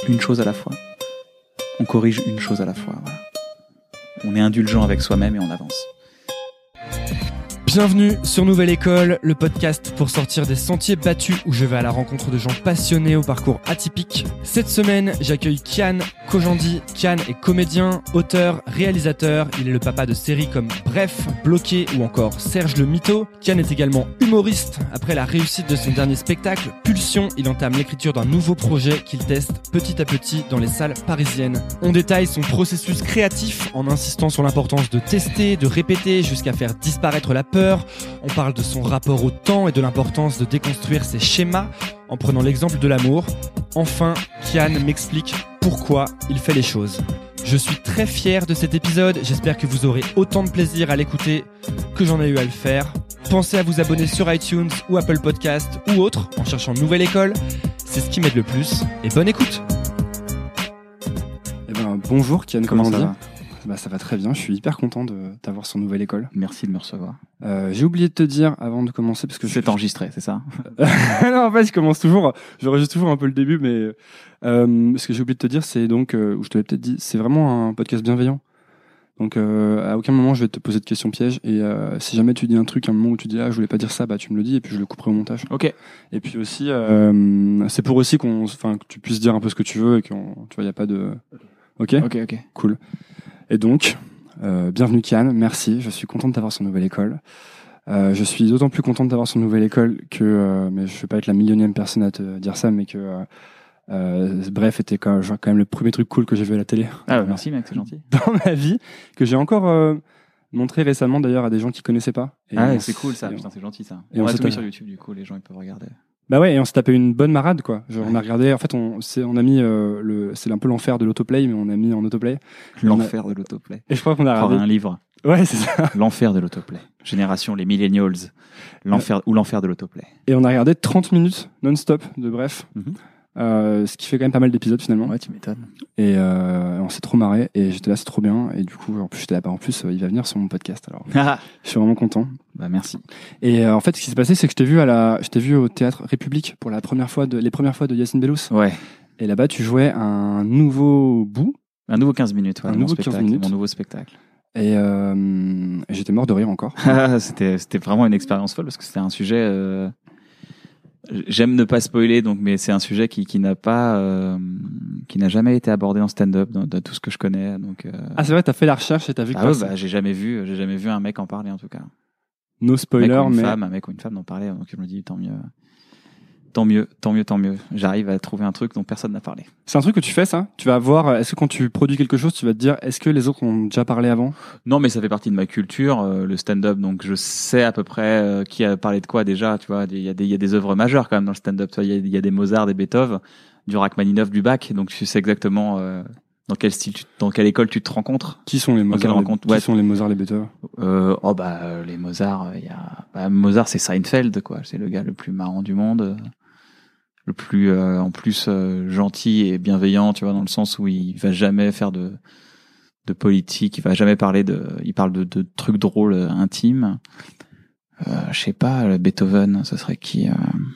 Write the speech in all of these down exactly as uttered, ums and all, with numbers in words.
une chose à la fois. On corrige une chose à la fois. Voilà. On est indulgent avec soi-même et on avance. Bienvenue sur Nouvelle École, le podcast pour sortir des sentiers battus où je vais à la rencontre de gens passionnés au parcours atypique. Cette semaine, j'accueille Kian Kojandi. Kian est comédien, auteur, réalisateur. Il est le papa de séries comme Bref, Bloqué ou encore Serge le Mytho. Kian est également humoriste. Après la réussite de son dernier spectacle, Pulsion, il entame l'écriture d'un nouveau projet qu'il teste petit à petit dans les salles parisiennes. On détaille son processus créatif en insistant sur l'importance de tester, de répéter jusqu'à faire disparaître la peur. On parle de son rapport au temps et de l'importance de déconstruire ses schémas en prenant l'exemple de l'amour. Enfin, Kian m'explique pourquoi il fait les choses. Je suis très fier de cet épisode, j'espère que vous aurez autant de plaisir à l'écouter que j'en ai eu à le faire. Pensez à vous abonner sur iTunes ou Apple Podcast ou autre en cherchant Nouvelle École, c'est ce qui m'aide le plus, et bonne écoute. Eh ben, bonjour Kian, Comment comment ça ça va ? Bah, ça va très bien, je suis hyper content de t'avoir sur Nouvelle École. Merci de me recevoir. Euh, j'ai oublié de te dire avant de commencer parce que C'est je... enregistré, c'est ça ? Non, en fait, je commence toujours, j'enregistre toujours un peu le début, mais euh, ce que j'ai oublié de te dire, c'est donc, euh, ou je te l'ai peut-être dit, c'est vraiment un podcast bienveillant. Donc, euh, à aucun moment, je vais te poser de questions pièges. Et euh, si jamais tu dis un truc, un moment où tu dis ah, je voulais pas dire ça, bah tu me le dis et puis je le couperai au montage. Ok. Et puis aussi, euh, c'est pour aussi qu'on, enfin, que tu puisses dire un peu ce que tu veux et qu'on, tu vois, il y a pas de. Ok. Ok, ok. Cool. Et donc. Euh, bienvenue Kian, merci, je suis content de t'avoir sur Nouvelle École. Euh, je suis d'autant plus content de t'avoir sur Nouvelle École que, euh, mais je vais pas être la millionième personne à te dire ça, mais que euh, euh, Bref était quand, genre, quand même le premier truc cool que j'ai vu à la télé. Ah bah, merci mec, c'est gentil. Dans ma vie, que j'ai encore euh, montré récemment d'ailleurs à des gens qui connaissaient pas. Et Ah on ouais, c'est s- cool ça, et on- putain c'est gentil ça. et on on a s'est tout mis ta- sur YouTube du coup, les gens ils peuvent regarder. Bah ouais, et on s'est tapé une bonne marade quoi. Genre, on a regardé, en fait on, c'est, on a mis euh, le, c'est un peu l'enfer de l'autoplay, mais on a mis en autoplay. L'enfer de l'autoplay. Et je crois qu'on a Encore regardé. un livre. Ouais, c'est ça. L'enfer de l'autoplay. Génération les millennials. L'enfer ou l'enfer de l'autoplay. Et on a regardé trente minutes non-stop de Bref. Mhm. Euh, ce qui fait quand même pas mal d'épisodes finalement. Ouais, tu m'étonnes. Et euh, on s'est trop marré et j'étais là, c'est trop bien. Et du coup, en plus, j'étais là, bah, en plus, euh, il va venir sur mon podcast. Alors, Ah je suis vraiment content. bah merci. Et euh, en fait, ce qui s'est passé, c'est que je t'ai vu à la, je t'ai vu au Théâtre République pour la première fois de, les premières fois de Yacine Bellous. Ouais. Et là-bas, tu jouais un nouveau bout. Un nouveau quinze minutes. Ouais, Un mon nouveau spectacle, quinze minutes. Mon nouveau spectacle. Et euh, j'étais mort de rire encore. Ah, c'était c'était vraiment une expérience folle parce que c'était un sujet. Euh... J'aime ne pas spoiler donc, mais c'est un sujet qui qui n'a pas, euh, qui n'a jamais été abordé en stand-up dans, dans tout ce que je connais. Donc. Euh... Ah, c'est vrai, t'as fait la recherche et t'as vu que Ah ouais, ça- bah j'ai jamais vu, j'ai jamais vu un mec en parler en tout cas. no Un spoiler, mec ou une mais femme, un mec ou une femme d'en parler. Donc je me dis tant mieux, tant mieux, tant mieux, tant mieux. J'arrive à trouver un truc dont personne n'a parlé. c'est un truc que tu fais ça. Tu vas voir. Est-ce que quand tu produis quelque chose, tu vas te dire, est-ce que les autres ont déjà parlé avant? Non, mais ça fait partie de ma culture, euh, le stand-up. Donc, je sais à peu près euh, qui a parlé de quoi déjà. Tu vois, il y a des, il y a des œuvres majeures quand même dans le stand-up. Tu vois, il y a, il y a des Mozart, des Beethoven, du Rachmaninoff, du Bach. Donc, tu sais exactement euh, dans quel style, tu, dans quelle école tu te rencontres. Qui sont les quelle Mozart, les, rencontre, qui ouais. sont les Mozart, les Beethoven? Euh, oh bah euh, les Mozart, il y a bah, Mozart, c'est Seinfeld quoi. C'est le gars le plus marrant du monde, euh, le plus euh, en plus euh, gentil et bienveillant. Tu vois, dans le sens où il va jamais faire de de politique, il va jamais parler de, il parle de, de trucs drôles, euh, intimes. Euh, je sais pas, le Beethoven, ce serait qui euh,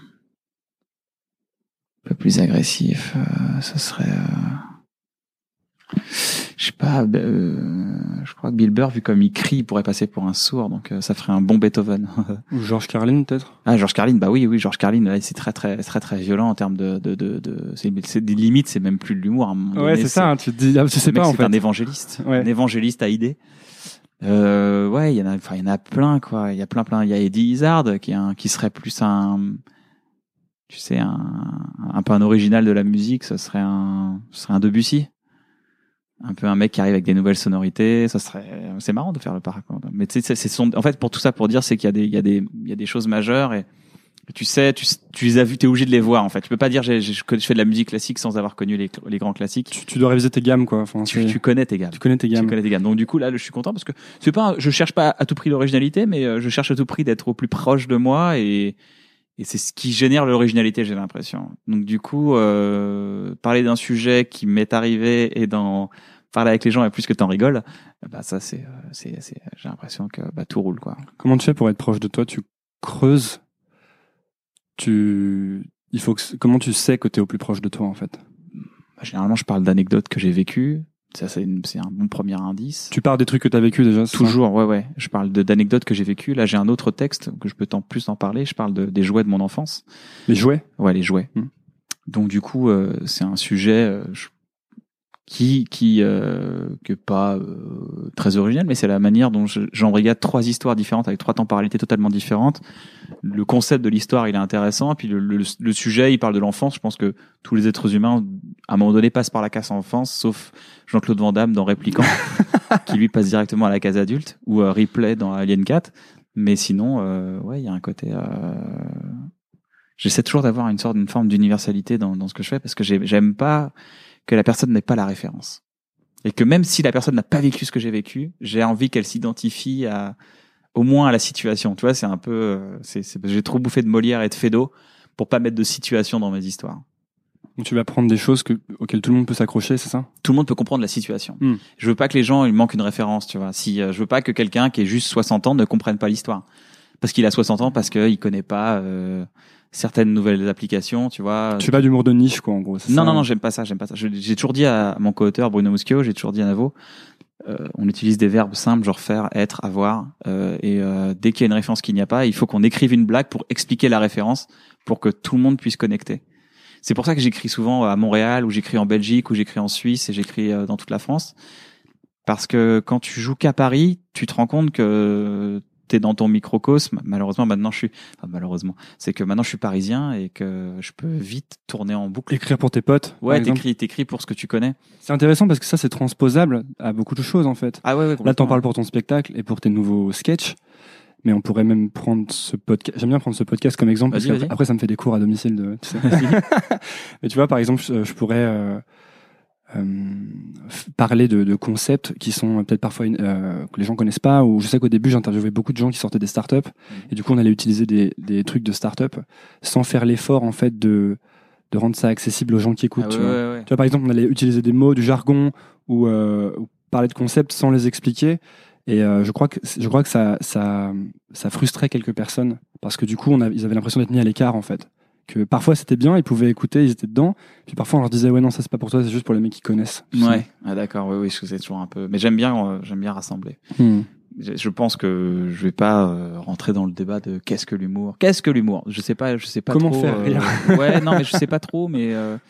un peu plus agressif, euh, ce serait, euh, je sais pas, euh, je crois que Bill Burr, vu comme il crie, il pourrait passer pour un sourd, donc euh, ça ferait un bon Beethoven. Ou George Carlin peut-être? Ah, George Carlin, bah oui, oui, George Carlin, là, c'est très, très, très, très violent en termes de, de, de, de c'est, c'est des limites, c'est même plus de l'humour. À un moment Ouais, donné, c'est ça. Hein, tu te dis, ah, tu sais le mec, pas en c'est fait. un évangéliste, Ouais. un évangéliste à idées. Euh, ouais, il y en a, enfin, il y en a plein, quoi. Il y a plein, plein. Il y a Eddie Izzard, qui est un, qui serait plus un, tu sais, un, un peu un original de la musique. Ce serait un, ce serait un Debussy. Un peu un mec qui arrive avec des nouvelles sonorités. Ça serait, c'est marrant de faire le parcours. Mais tu sais, c'est, c'est son, en fait, pour tout ça, pour dire, c'est qu'il y a des, il y a des, il y a des choses majeures et, tu sais, tu, tu les as vus, t'es obligé de les voir, en fait. Tu peux pas dire, j'ai, j'ai, je fais de la musique classique sans avoir connu les, les grands classiques. Tu, tu dois réviser tes gammes, quoi. Enfin, Tu, c'est- tu connais tes gammes. tu connais tes gammes. Tu connais tes gammes. Donc du coup là, je suis content parce que c'est pas, un- je cherche pas à tout prix l'originalité, mais euh, je cherche à tout prix d'être au plus proche de moi et et c'est ce qui génère l'originalité, j'ai l'impression. Donc du coup, euh, parler d'un sujet qui m'est arrivé et d'en parler avec les gens et plus que t'en rigoles, bah ça c'est euh, c'est c'est j'ai l'impression que bah tout roule quoi. Comment tu fais pour être proche de toi? Tu creuses. Tu, il faut que, comment tu sais que t'es au plus proche de toi, en fait? Bah, généralement, je parle d'anecdotes que j'ai vécues. Ça, c'est, une, c'est un bon premier indice. Tu parles des trucs que t'as vécu déjà? Toujours, ouais, ouais. Je parle de, d'anecdotes que j'ai vécues. Là, j'ai un autre texte que je peux en plus en parler. Je parle de, des jouets de mon enfance. Les jouets? Ouais, les jouets. Mmh. Donc, du coup, euh, c'est un sujet euh, je, qui, qui, euh, que pas euh, très original, mais c'est la manière dont je, j'embrigade trois histoires différentes avec trois temporalités totalement différentes. Le concept de l'histoire, il est intéressant. Puis le, le, le sujet, il parle de l'enfance. Je pense que tous les êtres humains, à un moment donné, passent par la case enfance, sauf Jean-Claude Van Damme dans Répliquant, qui lui passe directement à la case adulte, ou euh, Ripley dans Alien quatre. Mais sinon, euh, ouais, il y a un côté. Euh... J'essaie toujours d'avoir une sorte, une forme d'universalité dans, dans ce que je fais, parce que j'ai, j'aime pas que la personne n'ait pas la référence, et que même si la personne n'a pas vécu ce que j'ai vécu, j'ai envie qu'elle s'identifie à au moins à la situation. Tu vois, c'est un peu, c'est, c'est, j'ai trop bouffé de Molière et de Feydeau pour pas mettre de situation dans mes histoires. Donc tu vas prendre des choses que, auxquelles tout le monde peut s'accrocher, c'est ça? Tout le monde peut comprendre la situation. Mm. Je veux pas que les gens, il manque une référence, tu vois. Si, euh, je veux pas que quelqu'un qui ait juste soixante ans ne comprenne pas l'histoire. Parce qu'il a soixante ans, parce qu'il connaît pas, euh, certaines nouvelles applications, tu vois. Tu fais pas d'humour de niche, quoi, en gros. C'est non, ça, non, hein. non, j'aime pas ça, j'aime pas ça. Je, j'ai toujours dit à mon co-auteur, Bruno Muschio, j'ai toujours dit à Navo, Euh, on utilise des verbes simples, genre faire, être, avoir, euh, et euh, dès qu'il y a une référence qu'il n'y a pas, il faut qu'on écrive une blague pour expliquer la référence, pour que tout le monde puisse connecter. C'est pour ça que j'écris souvent à Montréal, ou j'écris en Belgique, ou j'écris en Suisse, et j'écris euh, dans toute la France, parce que quand tu joues qu'à Paris, tu te rends compte que t'es dans ton microcosme. Malheureusement, maintenant je suis, enfin, malheureusement, c'est que maintenant je suis parisien et que je peux vite tourner en boucle. Écrire pour tes potes. Ouais, t'écris, t'écris pour ce que tu connais. C'est intéressant parce que ça, c'est transposable à beaucoup de choses, en fait. Ah ouais, ouais. Là, t'en parles pour ton spectacle et pour tes nouveaux sketchs. Mais on pourrait même prendre ce podcast. J'aime bien prendre ce podcast comme exemple. Vas-y, parce vas-y. Après, ça me fait des cours à domicile de, tu sais. Mais tu vois, par exemple, je, je pourrais, euh, Euh, parler de, de concepts qui sont peut-être parfois une, euh, que les gens connaissent pas, ou je sais qu'au début j'interviewais beaucoup de gens qui sortaient des startups et du coup on allait utiliser des, des trucs de startup sans faire l'effort en fait de, de rendre ça accessible aux gens qui écoutent. Ah, tu, ouais, vois. Ouais, ouais. Tu vois, par exemple, on allait utiliser des mots, du jargon ou, euh, ou parler de concepts sans les expliquer. Et euh, je crois que je crois que ça ça ça frustrait quelques personnes parce que du coup on a, ils avaient l'impression d'être mis à l'écart en fait. Que parfois c'était bien, ils pouvaient écouter, ils étaient dedans. Puis parfois on leur disait ouais non ça c'est pas pour toi, c'est juste pour les mecs qui connaissent. Ouais, ah d'accord, oui oui, je faisais toujours un peu. Mais j'aime bien, euh, j'aime bien rassembler. Hmm. Je, je pense que je vais pas euh, rentrer dans le débat de qu'est-ce que l'humour. Qu'est-ce que l'humour Je sais pas, je sais pas Comment trop. faire rire euh, Ouais, non mais je sais pas trop. Mais euh,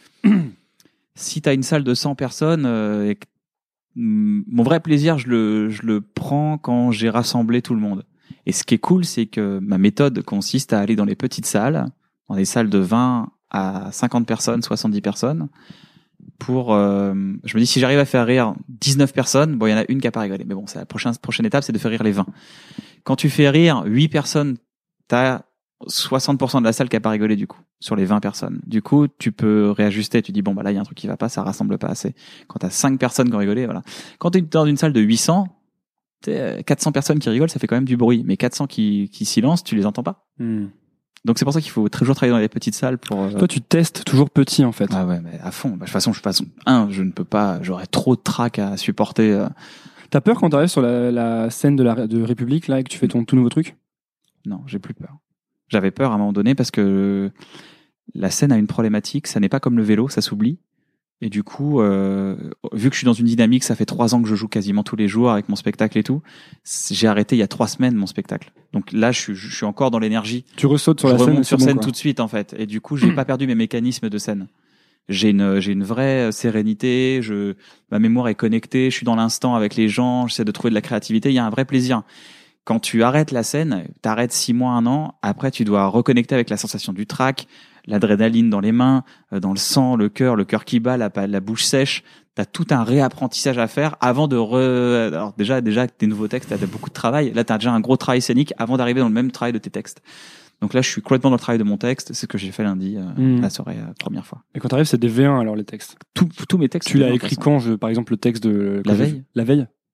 si t'as une salle de cent personnes, euh, et que, mm, mon vrai plaisir, je le je le prends quand j'ai rassemblé tout le monde. Et ce qui est cool, c'est que ma méthode consiste à aller dans les petites salles, dans des salles de vingt à cinquante personnes, soixante-dix personnes, pour, euh, je me dis, si j'arrive à faire rire dix-neuf personnes, bon, il y en a une qui a pas rigolé. Mais bon, c'est la prochaine, prochaine étape, c'est de faire rire les vingt. Quand tu fais rire huit personnes, t'as soixante pour cent de la salle qui a pas rigolé, du coup, sur les vingt personnes. Du coup, tu peux réajuster, tu dis, bon, bah là, il y a un truc qui va pas, ça rassemble pas assez. Quand t'as cinq personnes qui ont rigolé, voilà. Quand t'es dans une salle de huit cents, t'es quatre cents personnes qui rigolent, ça fait quand même du bruit. Mais quatre cents qui, qui silencent, tu les entends pas. Hmm. Donc c'est pour ça qu'il faut toujours travailler dans les petites salles pour. Euh... Toi, tu testes toujours petit en fait. Ah ouais, mais à fond. Bah, de toute façon, je façon un, je ne peux pas. J'aurais trop de trac à supporter. Euh... T'as peur quand t'arrives sur la, la scène de la de République là et que tu fais ton tout nouveau truc? Non, j'ai plus peur. J'avais peur à un moment donné parce que la scène a une problématique. Ça n'est pas comme le vélo, ça s'oublie. Et du coup, euh, vu que je suis dans une dynamique, ça fait trois ans que je joue quasiment tous les jours avec mon spectacle et tout. J'ai arrêté il y a trois semaines mon spectacle. Donc là, je suis, je suis encore dans l'énergie. Tu ressautes sur je la scène. Je remonte sur bon, scène quoi. tout de suite en fait. Et du coup, j'ai pas perdu mes mécanismes de scène. J'ai une, j'ai une vraie sérénité. Je, ma mémoire est connectée. Je suis dans l'instant avec les gens. J'essaie de trouver de la créativité. Il y a un vrai plaisir. Quand tu arrêtes la scène, t'arrêtes six mois, un an. Après, tu dois reconnecter avec la sensation du trac. L'adrénaline dans les mains, dans le sang, le cœur, le cœur qui bat, la, la bouche sèche. T'as tout un réapprentissage à faire avant de re... Alors déjà, déjà, tes nouveaux textes, t'as beaucoup de travail. Là, t'as déjà un gros travail scénique avant d'arriver dans le même travail de tes textes. Donc là, je suis complètement dans le travail de mon texte. C'est ce que j'ai fait lundi, euh, mmh. la soirée, euh, première fois. Et quand t'arrives, c'est des V un alors les textes. Tous, tous mes textes. Tu l'as écrit quand, je, par exemple, le texte de la veille. La veille.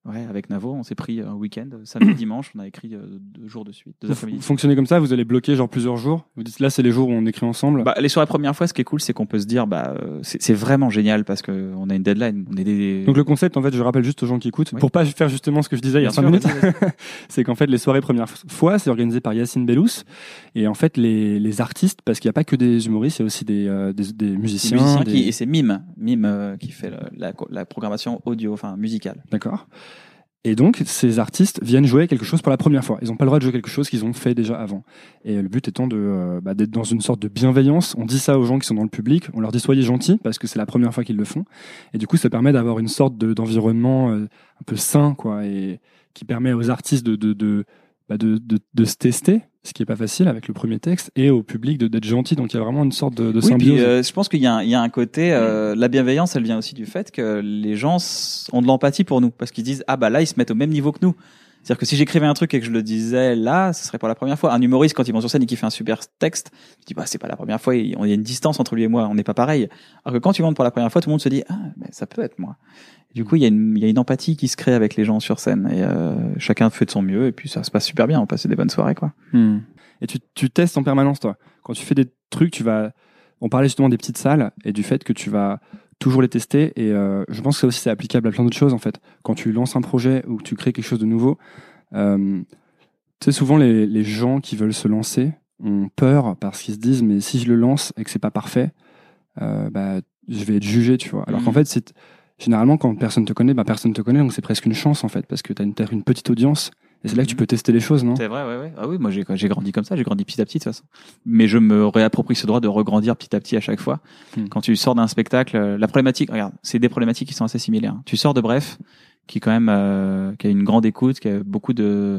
Ouais, avec Navo, on s'est pris un week-end, samedi, dimanche, on a écrit euh, deux jours de suite, deux Vous après-midi. fonctionnez comme ça, vous allez bloquer genre plusieurs jours. Vous dites là, c'est les jours où on écrit ensemble. Bah, les soirées première fois, ce qui est cool, c'est qu'on peut se dire, bah, euh, c'est, c'est vraiment génial parce que on a une deadline, on est des. Donc le concept, en fait, je rappelle juste aux gens qui écoutent, Oui. pour pas faire justement ce que je disais il y a Bien cinq sûr, minutes, vas-y, vas-y. c'est qu'en fait les soirées première fois, c'est organisé par Yacine Bellous, et en fait les, les artistes, parce qu'il n'y a pas que des humoristes, il y a aussi des, euh, des, des C'est musiciens. musicien des... qui, et c'est Mime, Mime euh, qui fait le, la, la programmation audio, enfin musicale. D'accord. Et donc, ces artistes viennent jouer quelque chose pour la première fois. Ils n'ont pas le droit de jouer quelque chose qu'ils ont fait déjà avant. Et le but étant de, euh, bah, d'être dans une sorte de bienveillance. On dit ça aux gens qui sont dans le public. On leur dit soyez gentils parce que c'est la première fois qu'ils le font. Et du coup, ça permet d'avoir une sorte de, d'environnement euh, un peu sain, quoi, et qui permet aux artistes de, de, de, bah, de, de, de se tester, ce qui est pas facile avec le premier texte, et au public de, d'être gentil. Donc, il y a vraiment une sorte de, de Oui, symbiose. puis euh, je pense qu'il y a un, il y a un côté, euh, la bienveillance, elle vient aussi du fait que les gens s- ont de l'empathie pour nous, parce qu'ils disent ah bah là ils se mettent au même niveau que nous. C'est-à-dire que si j'écrivais un truc et que je le disais là, ce serait pas la première fois. Un humoriste quand il monte sur scène et qu'il fait un super texte, il dit bah c'est pas la première fois, il y a une distance entre lui et moi, on n'est pas pareil. Alors que quand tu montes pour la première fois, tout le monde se dit ah mais ça peut être moi. Et du coup il y a une il y a une empathie qui se crée avec les gens sur scène et euh, chacun fait de son mieux et puis ça se passe super bien, on passe des bonnes soirées quoi. Hmm. Et tu, tu testes en permanence, toi. Quand tu fais des trucs, tu vas. On parlait justement des petites salles et du fait que tu vas toujours les tester. Et euh, je pense que ça aussi, c'est applicable à plein d'autres choses, en fait. Quand tu lances un projet ou que tu crées quelque chose de nouveau, euh, tu sais, souvent, les, les gens qui veulent se lancer ont peur parce qu'ils se disent, mais si je le lance et que c'est pas parfait, euh, bah, je vais être jugé, tu vois. Alors Mhm. qu'en fait, c'est. Généralement, quand personne te connaît, bah, personne te connaît, donc c'est presque une chance, en fait, parce que tu as une, t'as une petite audience. Et c'est là que tu peux tester les choses, non? C'est vrai, ouais, ouais. Ah oui, moi j'ai j'ai grandi comme ça, j'ai grandi petit à petit de toute façon. Mais je me réapproprie ce droit de regrandir petit à petit à chaque fois. Hmm. Quand tu sors d'un spectacle, euh, la problématique, regarde, c'est des problématiques qui sont assez similaires. Tu sors de Bref, qui quand même euh, qui a une grande écoute, qui a beaucoup de.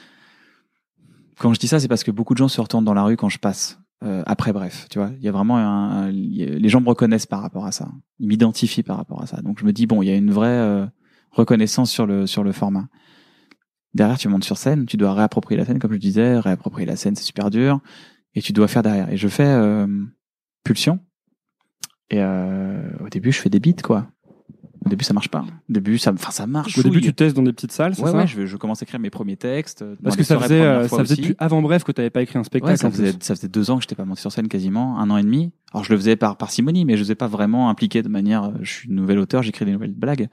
Quand je dis ça, c'est parce que beaucoup de gens se retournent dans la rue quand je passe. Euh, après Bref, tu vois, il y a vraiment un, un- les gens me reconnaissent par rapport à ça, ils m'identifient par rapport à ça. Donc je me dis bon, il y a une vraie euh, reconnaissance sur le sur le format. Derrière, tu montes sur scène, tu dois réapproprier la scène, comme je disais, réapproprier la scène, c'est super dur, et tu dois faire derrière. Et je fais euh, Pulsion, et euh, au début, je fais des beats, quoi. Au début, ça marche pas. Au début, ça, enfin, ça marche. Au début, chouille. tu testes dans des petites salles, c'est ouais, ça? ouais, je, je commence à écrire mes premiers textes. dans Parce des que ça soirées faisait, première euh, fois ça faisait aussi. depuis avant Bref que tu n'avais pas écrit un spectacle. Ouais, ça en plus. faisait, ça faisait deux ans que j'étais pas monté sur scène quasiment, un an et demi. Alors je le faisais par parcimonie, mais je faisais pas vraiment impliqué de manière. euh, Je suis nouvel auteur, j'écris des nouvelles blagues.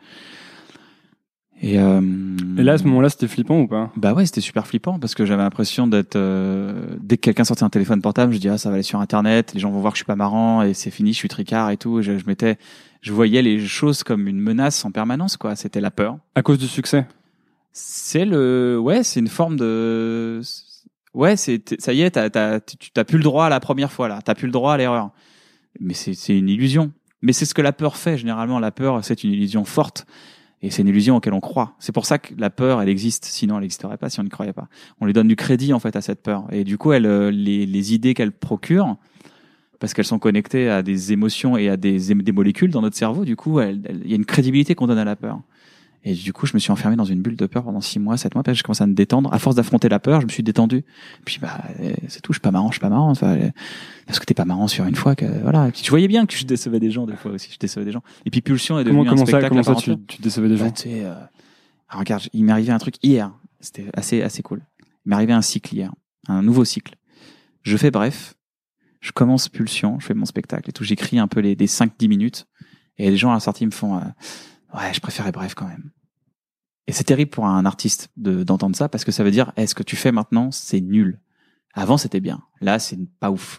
Et, euh, Et là, à ce moment-là, c'était flippant ou pas? bah ouais, c'était super flippant parce que j'avais l'impression d'être euh, dès que quelqu'un sortait un téléphone portable, je dis ah ça va aller sur internet, les gens vont voir que je suis pas marrant et c'est fini, je suis tricard et tout. Et je, je m'étais, je voyais les choses comme une menace en permanence quoi. C'était la peur. À cause du succès. C'est le, ouais, c'est une forme de, ouais, c'est ça y est, t'as t'as tu t'as plus le droit à la première fois là, t'as plus le droit à l'erreur. Mais c'est c'est une illusion. Mais c'est ce que la peur fait généralement. La peur, c'est une illusion forte. Et c'est une illusion auquel on croit. C'est pour ça que la peur, elle existe. Sinon, elle n'existerait pas si on n'y croyait pas. On lui donne du crédit, en fait, à cette peur. Et du coup, elle, euh, les, les idées qu'elle procure, parce qu'elles sont connectées à des émotions et à des, des molécules dans notre cerveau, du coup, il y a une crédibilité qu'on donne à la peur. Et du coup, je me suis enfermé dans une bulle de peur pendant six mois, sept mois. Puis je commence à me détendre. À force d'affronter la peur, je me suis détendu. Puis bah, c'est tout. Je suis pas marrant, je suis pas marrant. Enfin, parce que t'es pas marrant sur une fois que voilà. Et puis, je voyais bien que je décevais des gens des fois aussi. Je décevais des gens. Et puis Pulsion est devenu Comment, un comment ça, spectacle comment à ça part tu, entière. tu décevais des gens? Bah, tu sais, euh... Alors, regarde, il m'est arrivé un truc hier. C'était assez assez cool. Il m'est arrivé un cycle hier, un nouveau cycle. Je fais Bref. Je commence Pulsion. Je fais mon spectacle et tout. J'écris un peu les des cinq dix minutes. Et les gens à la sortie me font euh... ouais, je préférais Bref quand même. Et c'est terrible pour un artiste de, d'entendre ça parce que ça veut dire, est-ce que tu fais maintenant, c'est nul. Avant, c'était bien. Là, c'est pas ouf.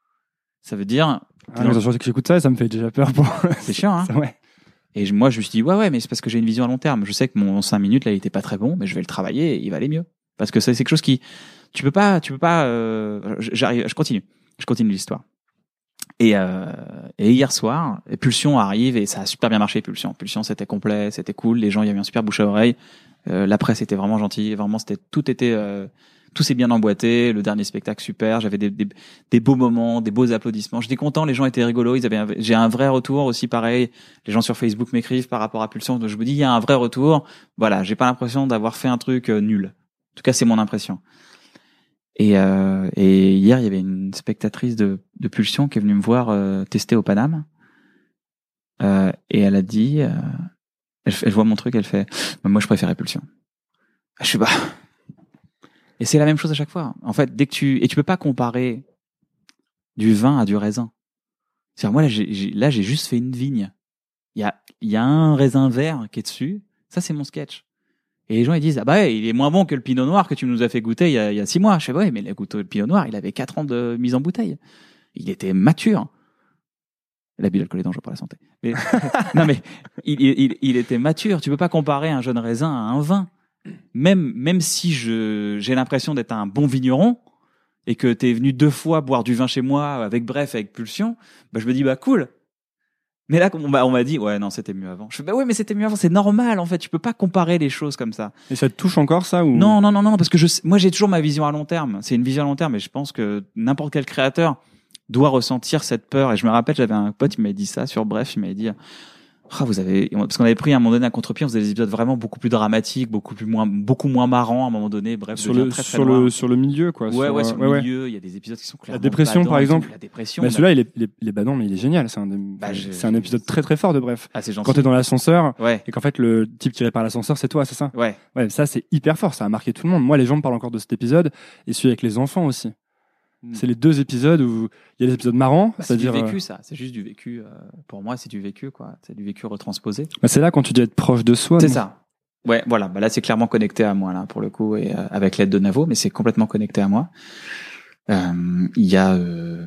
Ça veut dire... Ah, mais que j'écoute ça, ça me fait déjà peur pour... C'est chiant, hein. Ouais. Et je, moi, je me suis dit, ouais, ouais, mais c'est parce que j'ai une vision à long terme. Je sais que mon cinq minutes, là, il était pas très bon, mais je vais le travailler et il va aller mieux. Parce que ça, c'est quelque chose qui... Tu peux pas... Tu peux pas euh, j'arrive, je continue. Je continue l'histoire. Et, euh, et hier soir, Pulsion arrive et ça a super bien marché. Pulsion, Pulsion, c'était complet, c'était cool. Les gens, il y avait un super bouche à oreille. Euh, la presse était vraiment gentille, vraiment, c'était tout était, euh, tout s'est bien emboîté. Le dernier spectacle super. J'avais des, des, des beaux moments, des beaux applaudissements. J'étais content, les gens étaient rigolos. Ils avaient, un, j'ai un vrai retour aussi, pareil. Les gens sur Facebook m'écrivent par rapport à Pulsion. Donc je me dis, il y a un vrai retour. Voilà, j'ai pas l'impression d'avoir fait un truc euh, nul. En tout cas, c'est mon impression. Et, euh, et hier, il y avait une spectatrice de, de Pulsion qui est venue me voir euh, tester au Paname. Euh, et elle a dit, euh, Elle, elle voit mon truc, elle fait, bah, moi je préférais Pulsion. Je suis bah. Et c'est la même chose à chaque fois. En fait, dès que tu et tu peux pas comparer du vin à du raisin. C'est-à-dire moi là j'ai, j'ai là j'ai juste fait une vigne. Il y a il y a un raisin vert qui est dessus. Ça c'est mon sketch. Et les gens ils disent ah bah ouais, il est moins bon que le Pinot Noir que tu nous as fait goûter il y a il y a six mois. Je fais ouais mais le, le Pinot Noir il avait quatre ans de mise en bouteille. Il était mature. L'abus d'alcool est dangereux pour la santé. Mais, non mais il, il il était mature. Tu peux pas comparer un jeune raisin à un vin. Même même si je j'ai l'impression d'être un bon vigneron et que t'es venu deux fois boire du vin chez moi avec Bref avec Pulsion, bah je me dis bah cool. Mais là on m'a on m'a dit ouais non c'était mieux avant. Je fais bah ouais mais c'était mieux avant, c'est normal en fait, tu peux pas comparer les choses comme ça. Et ça te touche encore ça ou Non non non non parce que je moi j'ai toujours ma vision à long terme, c'est une vision à long terme et je pense que n'importe quel créateur doit ressentir cette peur et je me rappelle j'avais un pote il m'avait dit ça sur Bref, il m'avait dit ah, vous avez parce qu'on avait pris à un moment donné un contre-pied, on faisait des épisodes vraiment beaucoup plus dramatiques, beaucoup plus moins beaucoup moins marrants à un moment donné. Bref, sur le très, très sur loin. le sur le milieu quoi. Ouais sur, ouais sur ouais, le milieu, il ouais. y a des épisodes qui sont clairement la dépression par exemple. La dépression. Mais celui-là il est il est, il est bah non mais il est génial, c'est un bah, je, c'est un épisode très très fort de Bref. Ah c'est gentil. Quand t'es dans l'ascenseur ouais. et qu'en fait le type qui répare l'ascenseur c'est toi, c'est ça. Ouais. Ouais, ça c'est hyper fort, ça a marqué tout le monde. Moi les gens me parlent encore de cet épisode et celui avec les enfants aussi. C'est les deux épisodes où il y a des épisodes marrants, bah, c'est-à-dire c'est du vécu ça, c'est juste du vécu euh, pour moi c'est du vécu quoi, c'est du vécu retransposé. Bah, c'est là quand tu dis être proche de soi. C'est non ça. Ouais, voilà, bah là c'est clairement connecté à moi là pour le coup et euh, avec l'aide de Navo, mais c'est complètement connecté à moi. Euh, il y a euh,